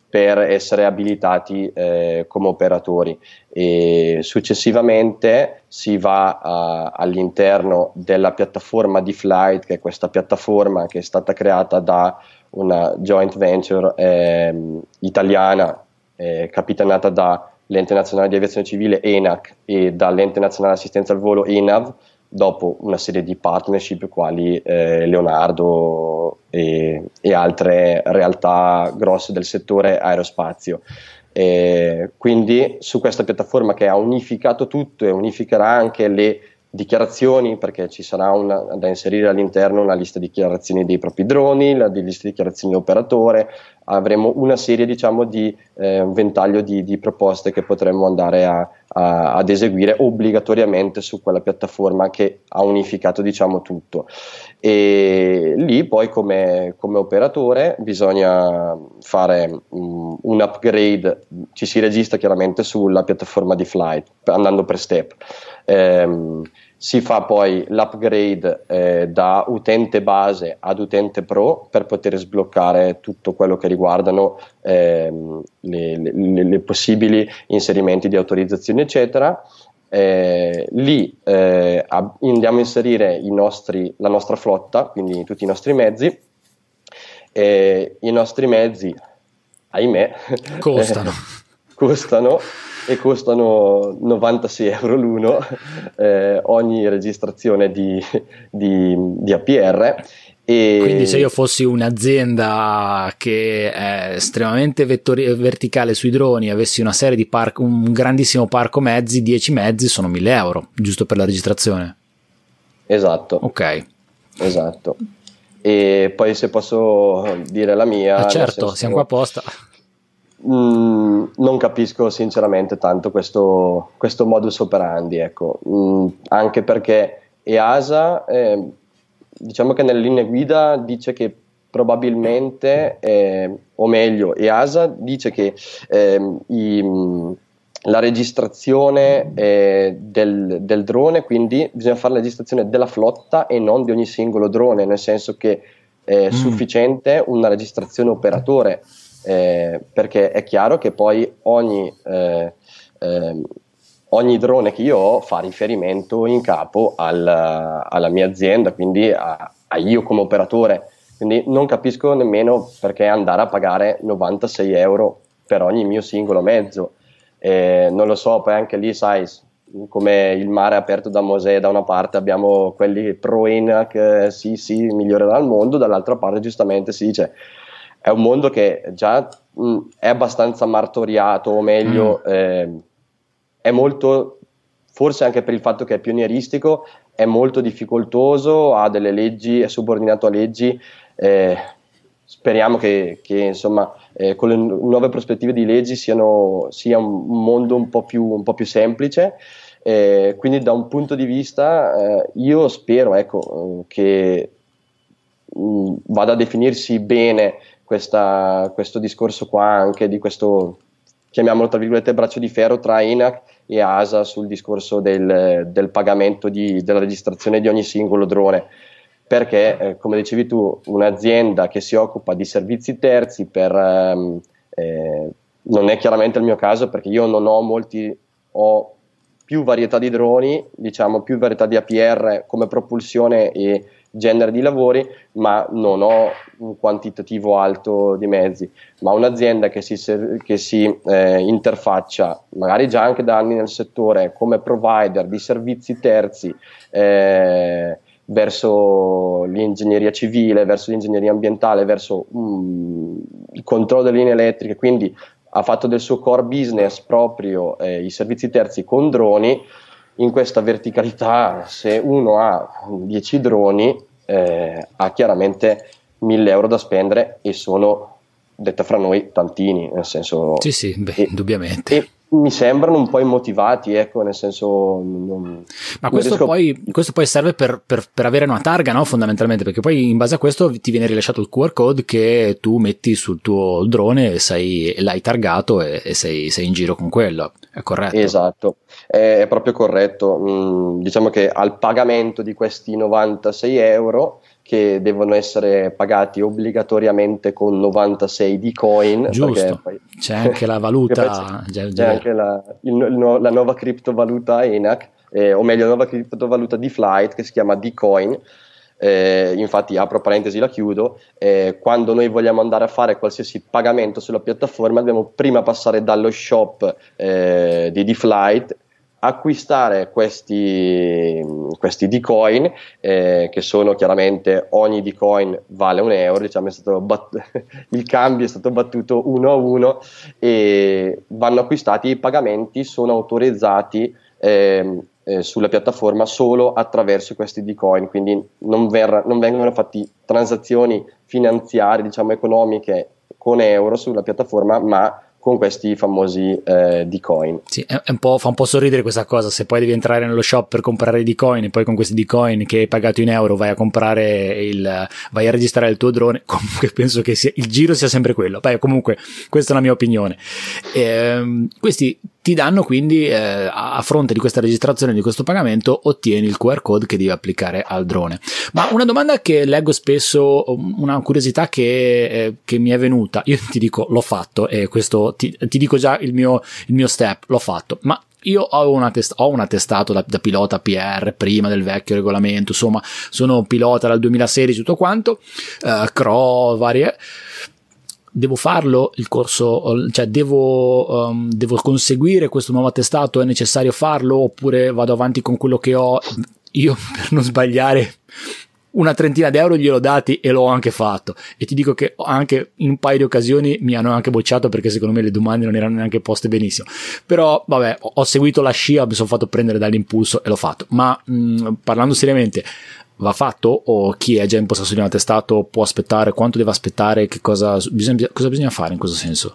per essere abilitati eh, come operatori, e successivamente si va a, all'interno della piattaforma di Flight, che è questa piattaforma che è stata creata da una joint venture eh, italiana eh, capitanata dall'Ente Nazionale di Aviazione Civile E N A C e dall'Ente Nazionale di Assistenza al Volo E N A V, dopo una serie di partnership quali eh, Leonardo e, e altre realtà grosse del settore aerospazio. E quindi su questa piattaforma, che ha unificato tutto e unificherà anche le dichiarazioni, perché ci sarà una, da inserire all'interno una lista di dichiarazioni dei propri droni, la di lista di dichiarazioni dell'operatore, avremo una serie, diciamo, di eh, un ventaglio di, di proposte che potremmo andare a, a, ad eseguire obbligatoriamente su quella piattaforma che ha unificato, diciamo, tutto. E lì poi come, come operatore bisogna fare um, un upgrade, ci si registra chiaramente sulla piattaforma di Flight andando per step. Ehm, si fa poi l'upgrade eh, da utente base ad utente pro per poter sbloccare tutto quello che riguardano ehm, le, le, le possibili inserimenti di autorizzazioni eccetera. Eh, lì eh, andiamo a inserire i nostri, la nostra flotta, quindi tutti i nostri mezzi. Eh, i nostri mezzi, ahimè, costano. Eh, costano e costano novantasei euro l'uno eh, ogni registrazione di, di, di A P R. E quindi se io fossi un'azienda che è estremamente vettori- verticale sui droni, avessi una serie di parco, un grandissimo parco mezzi, dieci mezzi sono mille euro, giusto per la registrazione? Esatto. Ok. Esatto. E poi se posso dire la mia... Eh certo, senso, siamo qua apposta. mh, non capisco sinceramente tanto questo, questo modus operandi, ecco. Mh, anche perché E A S A... Eh, diciamo che nelle linee guida dice che probabilmente, eh, o meglio, E A S A dice che eh, i, la registrazione eh, del, del drone, quindi bisogna fare la registrazione della flotta e non di ogni singolo drone, nel senso che è mm. sufficiente una registrazione operatore, eh, perché è chiaro che poi ogni... Eh, eh, ogni drone che io ho fa riferimento in capo al, alla mia azienda, quindi a, a io come operatore, quindi non capisco nemmeno perché andare a pagare novantasei euro per ogni mio singolo mezzo. Eh, non lo so, poi anche lì sai, come il mare aperto da Mosè, da una parte abbiamo quelli pro E N A C, eh, sì sì migliorerà il mondo, dall'altra parte giustamente si dice è un mondo che già mh, è abbastanza martoriato, o meglio mm. eh, è molto, forse anche per il fatto che è pionieristico, è molto difficoltoso, ha delle leggi, è subordinato a leggi. Eh, speriamo che, che insomma eh, con le nuove prospettive di leggi siano, sia un mondo un po' più, un po' più semplice. Eh, quindi da un punto di vista eh, io spero ecco, che mh, vada a definirsi bene questa, questo discorso qua, anche di questo, chiamiamolo tra virgolette, braccio di ferro tra E N A C e A S A sul discorso del, del pagamento di, della registrazione di ogni singolo drone, perché eh, come dicevi tu, un'azienda che si occupa di servizi terzi per ehm, eh, non è chiaramente il mio caso, perché io non ho molti, ho più varietà di droni, diciamo più varietà di A P R come propulsione e genere di lavori, ma non ho un quantitativo alto di mezzi. Ma un'azienda che si, che si eh, interfaccia magari già anche da anni nel settore come provider di servizi terzi eh, verso l'ingegneria civile, verso l'ingegneria ambientale, verso um, il controllo delle linee elettriche, quindi ha fatto del suo core business proprio eh, i servizi terzi con droni. In questa verticalità, se uno ha dieci droni, eh, ha chiaramente mille euro da spendere, e sono, detta fra noi, tantini, nel senso... Sì, sì, beh, e, indubbiamente. E mi sembrano un po' immotivati, ecco, nel senso... Non, Ma questo, riesco... poi, questo poi serve per, per, per avere una targa, no? Fondamentalmente, perché poi in base a questo ti viene rilasciato il Q R code che tu metti sul tuo drone e sei, l'hai targato e, e sei, sei in giro con quello, è corretto? Esatto, è, è proprio corretto. Mm, diciamo che al pagamento di questi novantasei euro, che devono essere pagati obbligatoriamente con novantasei di coin. Giusto, poi, c'è anche la valuta, c'è, c'è anche la, il, il, la nuova criptovaluta E N A C, eh, o meglio la nuova criptovaluta di Flight che si chiama D-Coin. Eh, infatti, apro parentesi, la chiudo, eh, quando noi vogliamo andare a fare qualsiasi pagamento sulla piattaforma dobbiamo prima passare dallo shop eh, di D-Flight, acquistare questi, questi D-Coin, eh, che sono chiaramente, ogni D-Coin vale un euro, diciamo, è stato bat- il cambio è stato battuto uno a uno e vanno acquistati. I pagamenti sono autorizzati eh, eh, sulla piattaforma solo attraverso questi D-Coin, quindi non, ver- non vengono fatti transazioni finanziarie, diciamo economiche, con euro sulla piattaforma, ma con questi famosi eh, D-Coin. Sì, è un po', fa un po' sorridere questa cosa, se poi devi entrare nello shop per comprare i D-Coin e poi con questi D-Coin che hai pagato in euro vai a comprare il, vai a registrare il tuo drone, comunque penso che sia, il giro sia sempre quello. Beh, comunque questa è la mia opinione. Ehm, questi ti danno quindi, eh, a fronte di questa registrazione, di questo pagamento, ottieni il Q R code che devi applicare al drone. Ma una domanda che leggo spesso, una curiosità che, eh, che mi è venuta, io ti dico l'ho fatto e questo ti, ti dico già il mio, il mio step, l'ho fatto, ma io ho, una test- ho un attestato da, da pilota P R prima del vecchio regolamento, insomma sono pilota dal duemilasedici, tutto quanto, eh, C R O, varie. Devo farlo il corso, cioè devo, um, devo conseguire questo nuovo attestato, è necessario farlo oppure vado avanti con quello che ho? Io, per non sbagliare, una trentina di euro gliel'ho dati e l'ho anche fatto, e ti dico che anche in un paio di occasioni mi hanno anche bocciato perché secondo me le domande non erano neanche poste benissimo, però vabbè, ho seguito la scia, mi sono fatto prendere dall'impulso e l'ho fatto. Ma mh, parlando seriamente, va fatto, o chi è già in possesso di un attestato può aspettare? Quanto deve aspettare? Che cosa bisogna, cosa bisogna fare in questo senso?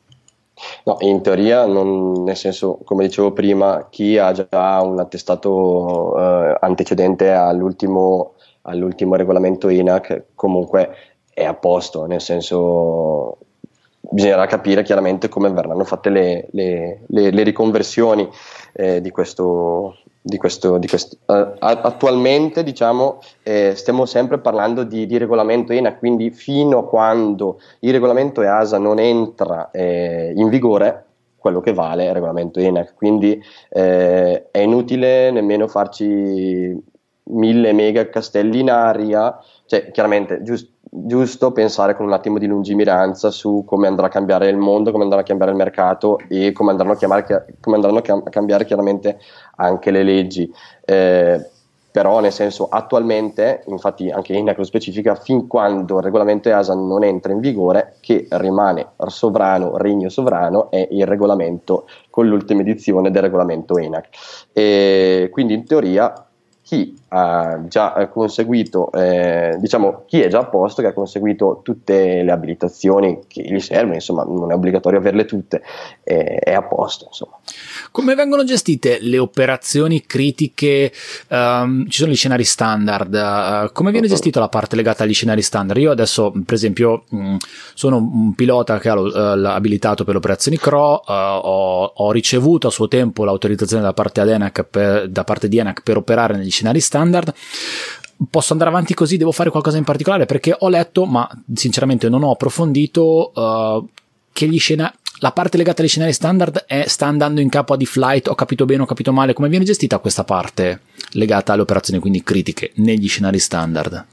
No, in teoria, non, nel senso, come dicevo prima, chi ha già un attestato eh, antecedente all'ultimo, all'ultimo regolamento E N A C comunque è a posto, nel senso bisognerà capire chiaramente come verranno fatte le, le, le, le riconversioni eh, di questo Di questo, di questo. Uh, attualmente diciamo eh, stiamo sempre parlando di, di regolamento E N A C, quindi fino a quando il regolamento E A S A non entra eh, in vigore, quello che vale è il regolamento E N A C, quindi eh, è inutile nemmeno farci mille mega castelli in aria, cioè chiaramente giusto giusto pensare con un attimo di lungimiranza su come andrà a cambiare il mondo, come andrà a cambiare il mercato e come andranno a, chiamare, come andranno a cambiare chiaramente anche le leggi. Eh, però nel senso, attualmente, infatti anche in E N A C lo specifica, fin quando il regolamento E A S A non entra in vigore, che rimane sovrano, regno sovrano, è il regolamento con l'ultima edizione del regolamento E N A C. E quindi in teoria chi ha già conseguito, eh, diciamo chi è già a posto, che ha conseguito tutte le abilitazioni che gli servono, insomma non è obbligatorio averle tutte, eh, è a posto, insomma. Come vengono gestite le operazioni critiche? Um, ci sono gli scenari standard, uh, come viene gestita la parte legata agli scenari standard? Io adesso per esempio mh, sono un pilota che ha lo, uh, l'abilitato per le operazioni C R O, uh, ho, ho ricevuto a suo tempo l'autorizzazione da parte, ad E N A C per, da parte di E N A C per operare negli scenari standard. Posso andare avanti così? Devo fare qualcosa in particolare? Perché ho letto, ma sinceramente non ho approfondito, uh, che gli scenari, la parte legata agli scenari standard è, sta andando in capo a D-Flight. Ho capito bene, ho capito male? Come viene gestita questa parte legata alle operazioni quindi critiche negli scenari standard?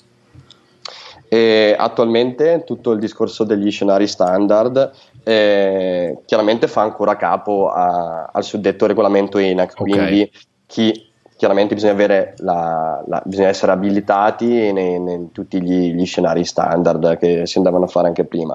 E attualmente tutto il discorso degli scenari standard eh, chiaramente fa ancora capo a, al suddetto regolamento E N A C, okay. Quindi chi chiaramente bisogna avere la, la, bisogna essere abilitati in tutti gli, gli scenari standard che si andavano a fare anche prima.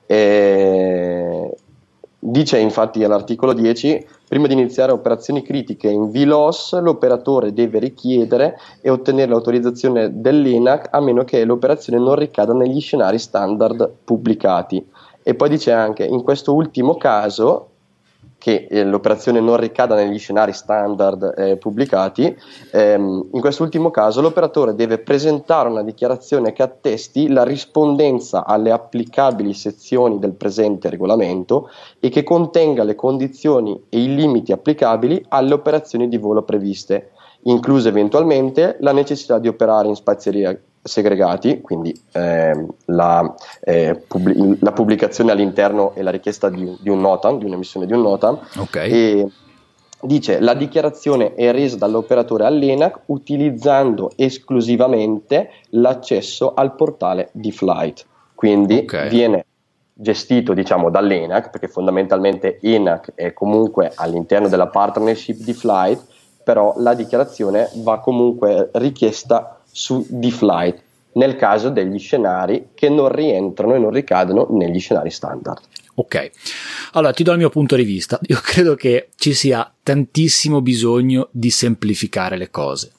E dice infatti all'articolo dieci: prima di iniziare operazioni critiche in V L O S l'operatore deve richiedere e ottenere l'autorizzazione dell'E N A C a meno che l'operazione non ricada negli scenari standard pubblicati. E poi dice anche: in questo ultimo caso, che eh, l'operazione non ricada negli scenari standard eh, pubblicati, ehm, in quest'ultimo caso l'operatore deve presentare una dichiarazione che attesti la rispondenza alle applicabili sezioni del presente regolamento e che contenga le condizioni e i limiti applicabili alle operazioni di volo previste, incluse eventualmente la necessità di operare in spazieria segregati, quindi eh, la, eh, pubblic- la pubblicazione all'interno e la richiesta di, di un NOTAM, di un'emissione di un NOTAM, okay. E dice la dichiarazione è resa dall'operatore all'ENAC utilizzando esclusivamente l'accesso al portale di Flight, quindi okay. viene gestito diciamo dall'ENAC, perché fondamentalmente ENAC è comunque all'interno della partnership di Flight, però la dichiarazione va comunque richiesta su di Flight nel caso degli scenari che non rientrano e non ricadono negli scenari standard. Ok, allora ti do il mio punto di vista. Io credo che ci sia tantissimo bisogno di semplificare le cose.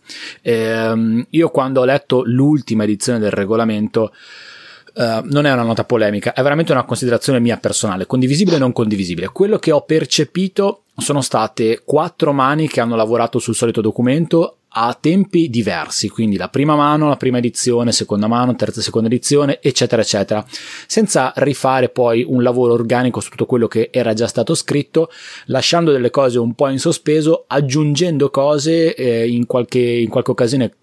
Ehm, io quando ho letto l'ultima edizione del regolamento, Uh, non è una nota polemica, è veramente una considerazione mia personale, condivisibile o non condivisibile. Quello che ho percepito sono state quattro mani che hanno lavorato sul solito documento a tempi diversi, quindi la prima mano, la prima edizione, seconda mano, terza e seconda edizione, eccetera eccetera, senza rifare poi un lavoro organico su tutto quello che era già stato scritto, lasciando delle cose un po' in sospeso, aggiungendo cose eh, in qualche in qualche occasione,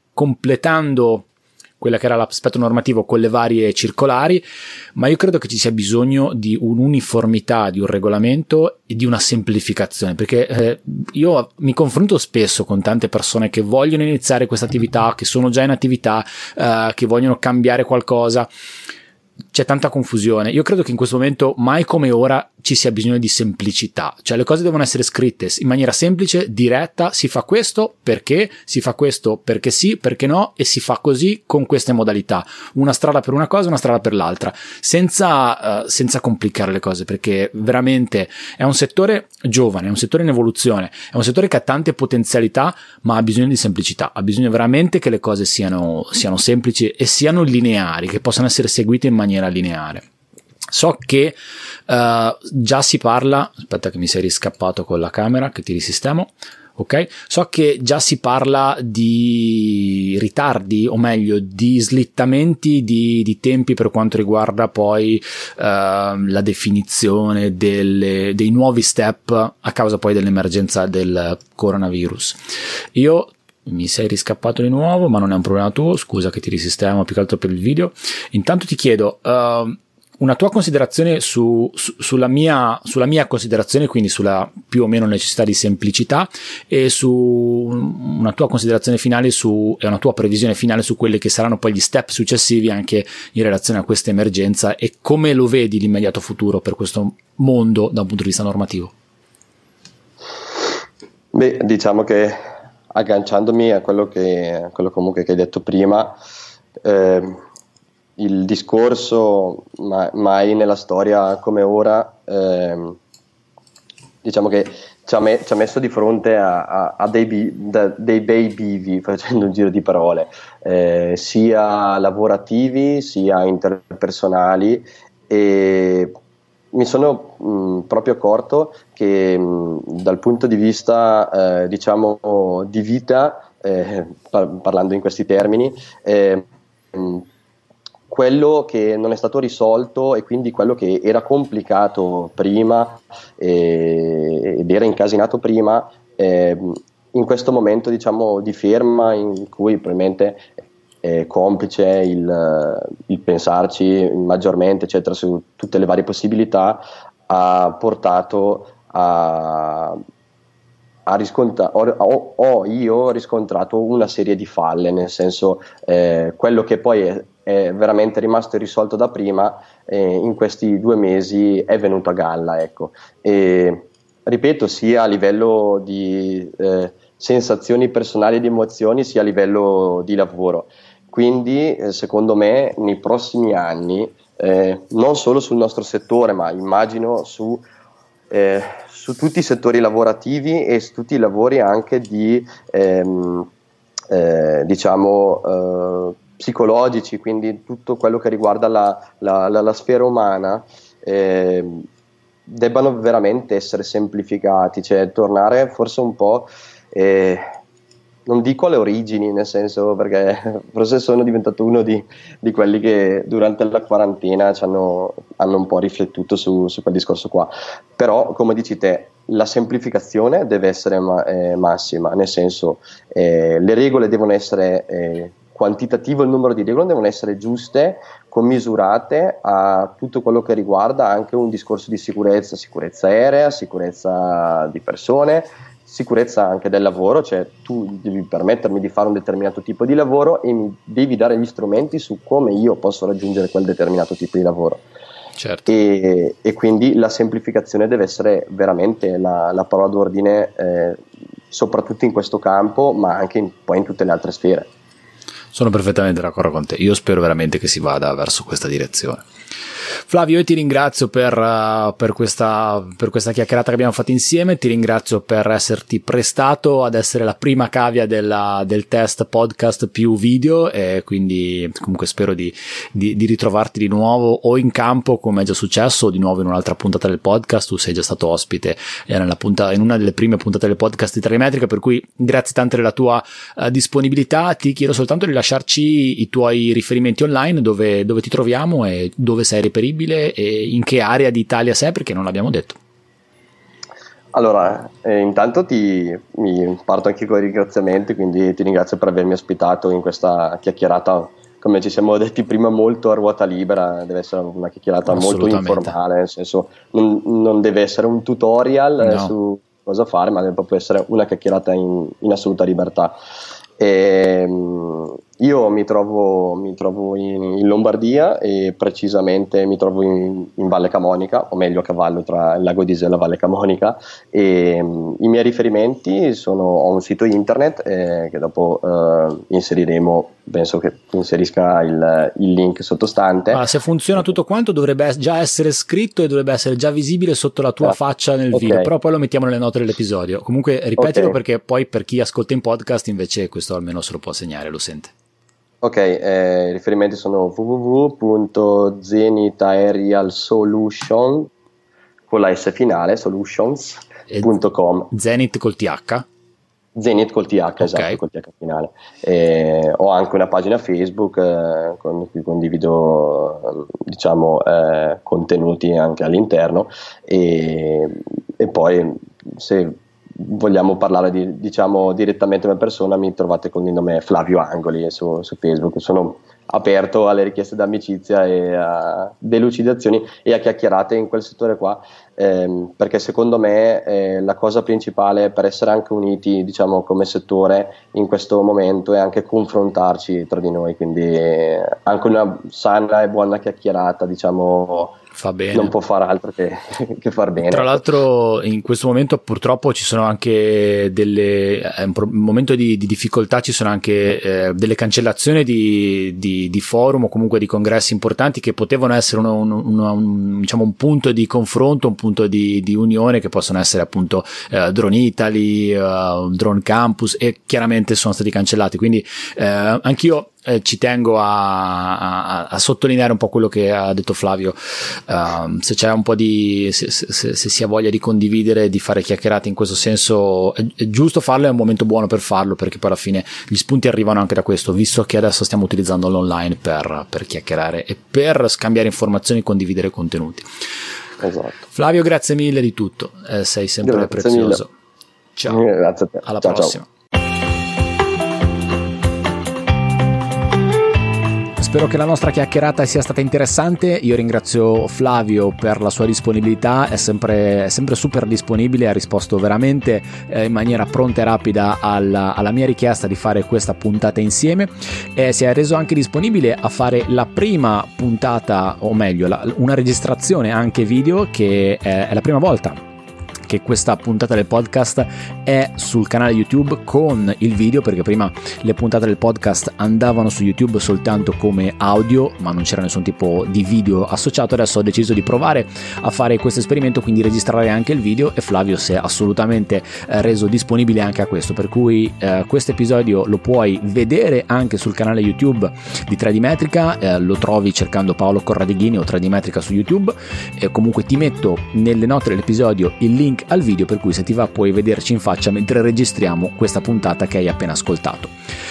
completando quella che era l'aspetto normativo con le varie circolari, ma io credo che ci sia bisogno di un'uniformità, di un regolamento e di una semplificazione, perché eh, io mi confronto spesso con tante persone che vogliono iniziare questa attività, che sono già in attività, eh, che vogliono cambiare qualcosa. C'è tanta confusione. Io credo che in questo momento, mai come ora, ci sia bisogno di semplicità, cioè le cose devono essere scritte in maniera semplice, diretta, si fa questo perché, si fa questo perché sì, perché no, e si fa così con queste modalità, una strada per una cosa, una strada per l'altra, senza, uh, senza complicare le cose, perché veramente è un settore giovane, è un settore in evoluzione, è un settore che ha tante potenzialità, ma ha bisogno di semplicità, ha bisogno veramente che le cose siano, siano semplici e siano lineari, che possano essere seguite in maniera lineare. So che uh, già si parla, aspetta che mi sei riscappato con la camera che ti risistemo, ok? So che già si parla di ritardi, o meglio di slittamenti di, di tempi per quanto riguarda poi uh, la definizione delle, dei nuovi step a causa poi dell'emergenza del coronavirus. Io mi sei riscappato di nuovo, ma non è un problema tuo, scusa che ti risistemo più che altro per il video. Intanto ti chiedo uh, una tua considerazione su, su, sulla mia sulla mia considerazione, quindi sulla più o meno necessità di semplicità, e su una tua considerazione finale su e una tua previsione finale su quelli che saranno poi gli step successivi anche in relazione a questa emergenza, e come lo vedi l'immediato futuro per questo mondo da un punto di vista normativo. Beh, diciamo che agganciandomi a quello che, quello comunque che hai detto prima, eh, il discorso ma, mai nella storia come ora, eh, diciamo che ci ha, me, ci ha messo di fronte a, a, a dei, bi, da, dei bei bivi, facendo un giro di parole, eh, sia lavorativi sia interpersonali, e mi sono mh, proprio accorto che mh, dal punto di vista eh, diciamo di vita, eh, par- parlando in questi termini, eh, mh, quello che non è stato risolto, e quindi quello che era complicato prima eh, ed era incasinato prima, eh, in questo momento diciamo di ferma in cui probabilmente è complice il, il pensarci maggiormente eccetera su tutte le varie possibilità, ha portato a, a riscontrare, ho, ho io riscontrato una serie di falle, nel senso eh, quello che poi è, è veramente rimasto irrisolto da prima, eh, in questi due mesi è venuto a galla, ecco. E ripeto, sia a livello di eh, sensazioni personali e di emozioni, sia a livello di lavoro. Quindi eh, secondo me nei prossimi anni, eh, non solo sul nostro settore, ma immagino su, eh, su tutti i settori lavorativi e su tutti i lavori anche di ehm, eh, diciamo eh, psicologici, quindi tutto quello che riguarda la, la, la, la sfera umana, eh, debbano veramente essere semplificati, cioè tornare forse un po' eh, non dico alle origini, nel senso, perché forse sono diventato uno di, di quelli che durante la quarantena ci hanno, hanno un po' riflettuto su, su quel discorso qua, però come dici te la semplificazione deve essere ma, eh, massima, nel senso eh, le regole devono essere eh, quantitativo il numero di regole, devono essere giuste, commisurate a tutto quello che riguarda anche un discorso di sicurezza, sicurezza aerea, sicurezza di persone, sicurezza anche del lavoro, cioè tu devi permettermi di fare un determinato tipo di lavoro e mi devi dare gli strumenti su come io posso raggiungere quel determinato tipo di lavoro. Certo. E, e quindi la semplificazione deve essere veramente la, la parola d'ordine, eh, soprattutto in questo campo, ma anche in, poi in tutte le altre sfere. Sono perfettamente d'accordo con te, io spero veramente che si vada verso questa direzione. Flavio, io ti ringrazio per, uh, per, questa, per questa chiacchierata che abbiamo fatto insieme, ti ringrazio per esserti prestato ad essere la prima cavia della, del test podcast più video, e quindi comunque spero di, di, di ritrovarti di nuovo o in campo come è già successo, o di nuovo in un'altra puntata del podcast. Tu sei già stato ospite nella puntata, in una delle prime puntate del podcast di tre D Metrica, per cui grazie tante della tua uh, disponibilità. Ti chiedo soltanto di lasciarci i tuoi riferimenti online, dove, dove ti troviamo e dove sei reperibile e in che area d'Italia sei, perché non l'abbiamo detto. Allora, eh, intanto ti mi parto anche con i ringraziamenti, quindi ti ringrazio per avermi ospitato in questa chiacchierata, come ci siamo detti prima, molto a ruota libera. Deve essere una chiacchierata molto informale, nel senso non, non deve essere un tutorial no. eh, su cosa fare, ma deve proprio essere una chiacchierata in, in assoluta libertà. E, um, io mi trovo, mi trovo in, in Lombardia, e precisamente mi trovo in, in Valle Camonica, o meglio a cavallo tra il lago di Iseo e la Valle Camonica, e um, i miei riferimenti sono: ho un sito internet eh, che dopo uh, inseriremo, penso che inserisca il, il link sottostante. Ah, se funziona tutto quanto dovrebbe già essere scritto e dovrebbe essere già visibile sotto la tua ah, faccia nel okay. video, però poi lo mettiamo nelle note dell'episodio. Comunque ripetilo, okay. perché poi per chi ascolta in podcast invece questo almeno se lo può segnare, lo sente. Ok, eh, i riferimenti sono w w w punto zenith aerial solution con la S finale, solutions punto com. Zenith col T H? Zenith col T H, okay. Esatto, col T H finale. Eh, ho anche una pagina Facebook eh, con cui condivido diciamo eh, contenuti anche all'interno, e, e poi se vogliamo parlare di, diciamo direttamente come persona, mi trovate con il nome Flavio Angoli su, su Facebook. Sono aperto alle richieste d'amicizia e a delucidazioni e a chiacchierate in quel settore qua, ehm, perché secondo me eh, la cosa principale per essere anche uniti, diciamo, come settore in questo momento è anche confrontarci tra di noi, quindi eh, anche una sana e buona chiacchierata, diciamo, fa bene. Non può fare altro che, che far bene. Tra l'altro in questo momento purtroppo ci sono anche delle è un, pro, un momento di, di difficoltà, ci sono anche eh, delle cancellazioni di, di, di forum o comunque di congressi importanti che potevano essere uno, un, uno, un, diciamo un punto di confronto, un punto di, di unione, che possono essere appunto eh, Drone Italy, uh, Drone Campus, e chiaramente sono stati cancellati, quindi eh, anch'io Eh, ci tengo a, a, a sottolineare un po' quello che ha detto Flavio. Uh, se c'è un po' di se, se, se si ha voglia di condividere, di fare chiacchierate in questo senso, è, è giusto farlo, è un momento buono per farlo, perché poi alla fine gli spunti arrivano anche da questo, visto che adesso stiamo utilizzando l'online per, per chiacchierare e per scambiare informazioni e condividere contenuti. Esatto. Flavio, grazie mille di tutto, eh, sei sempre grazie prezioso mille. Ciao, grazie a te. Alla ciao, prossima. Ciao. Spero che la nostra chiacchierata sia stata interessante. Io ringrazio Flavio per la sua disponibilità, è sempre, è sempre super disponibile, ha risposto veramente eh, in maniera pronta e rapida alla, alla mia richiesta di fare questa puntata insieme, e si è reso anche disponibile a fare la prima puntata, o meglio la, una registrazione anche video, che è, è la prima volta che questa puntata del podcast è sul canale YouTube con il video, perché prima le puntate del podcast andavano su YouTube soltanto come audio, ma non c'era nessun tipo di video associato. Adesso ho deciso di provare a fare questo esperimento, quindi registrare anche il video, e Flavio si è assolutamente eh, reso disponibile anche a questo, per cui eh, questo episodio lo puoi vedere anche sul canale YouTube di tre D Metrica, eh, lo trovi cercando Paolo Corradighini o tre D Metrica su YouTube, e comunque ti metto nelle note dell'episodio il link link al video, per cui se ti va puoi vederci in faccia mentre registriamo questa puntata che hai appena ascoltato.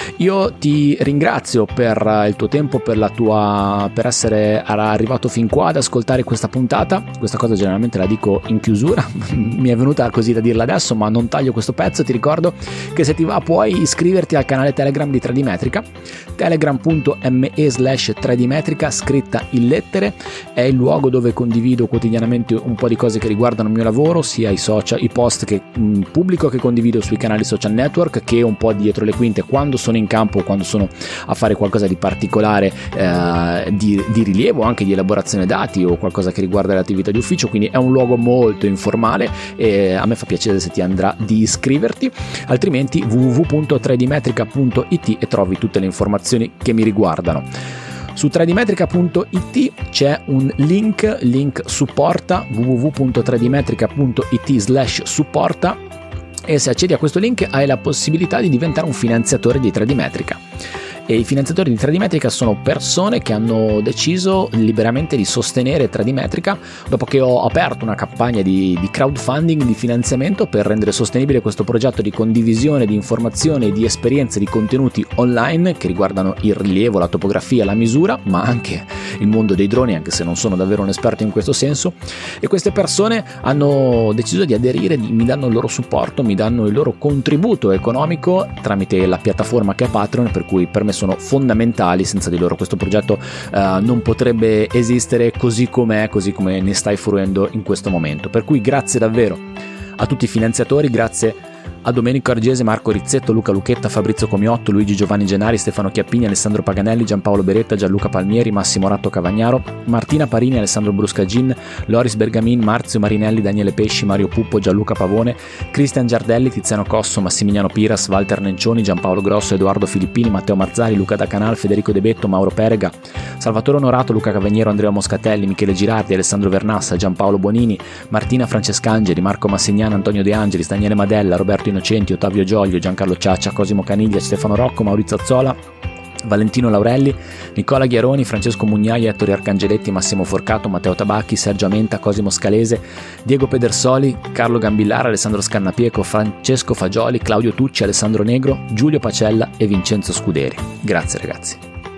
Io ti ringrazio per il tuo tempo, per la tua per essere arrivato fin qua ad ascoltare questa puntata. Questa cosa generalmente la dico in chiusura, mi è venuta così da dirla adesso, ma non taglio questo pezzo. Ti ricordo che se ti va puoi iscriverti al canale Telegram di tre D Metrica, telegram punto me slash tre D Metrica, scritta in lettere. È il luogo dove condivido quotidianamente un po' di cose che riguardano il mio lavoro, sia i social, i post che mh, pubblico, che condivido sui canali social network, che un po' dietro le quinte quando sono in campo, quando sono a fare qualcosa di particolare, eh, di, di rilievo, anche di elaborazione dati o qualcosa che riguarda le attività di ufficio. Quindi è un luogo molto informale e a me fa piacere se ti andrà di iscriverti, altrimenti w w w punto tre d metrica punto i t e trovi tutte le informazioni che mi riguardano. Su tre d metrica punto i t c'è un link, link supporta, w w w punto tre d metrica punto i t slash supporta, e se accedi a questo link hai la possibilità di diventare un finanziatore di tre D Metrica. E i finanziatori di tre D Metrica sono persone che hanno deciso liberamente di sostenere tre D Metrica dopo che ho aperto una campagna di, di crowdfunding, di finanziamento, per rendere sostenibile questo progetto di condivisione di informazioni, di esperienze, di contenuti online che riguardano il rilievo, la topografia, la misura, ma anche il mondo dei droni, anche se non sono davvero un esperto in questo senso. E queste persone hanno deciso di aderire, di, mi danno il loro supporto, mi danno il loro contributo economico tramite la piattaforma che è Patreon, per cui per me sono fondamentali. Senza di loro questo progetto uh, non potrebbe esistere così com'è, così come ne stai fruendo in questo momento. Per cui grazie davvero a tutti i finanziatori, grazie a Domenico Argese, Marco Rizzetto, Luca Lucchetta, Fabrizio Comiotto, Luigi Giovanni Gennari, Stefano Chiappini, Alessandro Paganelli, Giampaolo Beretta, Gianluca Palmieri, Massimo Ratto Cavagnaro, Martina Parini, Alessandro Bruscagin, Loris Bergamin, Marzio Marinelli, Daniele Pesci, Mario Puppo, Gianluca Pavone, Cristian Giardelli, Tiziano Cosso, Massimiliano Piras, Walter Nencioni, Giampaolo Grosso, Edoardo Filippini, Matteo Marzari, Luca Da Canal, Federico De Betto, Mauro Perega, Salvatore Onorato, Luca Cavagnero, Andrea Moscatelli, Michele Girardi, Alessandro Vernassa, Giampaolo Bonini, Martina Francescangeli, Marco Massegnano, Antonio De Angelis, Daniele Madella, Roberto Innocenti, Ottavio Gioglio, Giancarlo Ciaccia, Cosimo Caniglia, Stefano Rocco, Maurizio Azzola, Valentino Laurelli, Nicola Ghiaroni, Francesco Mugnaia, Ettore Arcangeletti, Massimo Forcato, Matteo Tabacchi, Sergio Amenta, Cosimo Scalese, Diego Pedersoli, Carlo Gambillara, Alessandro Scannapieco, Francesco Fagioli, Claudio Tucci, Alessandro Negro, Giulio Pacella e Vincenzo Scuderi. Grazie ragazzi.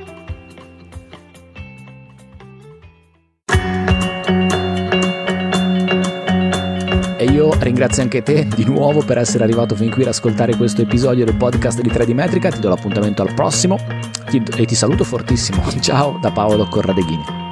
E io ringrazio anche te di nuovo per essere arrivato fin qui ad ascoltare questo episodio del podcast di tre D Metrica. Ti do l'appuntamento al prossimo e ti saluto fortissimo. Ciao da Paolo Corradeghini.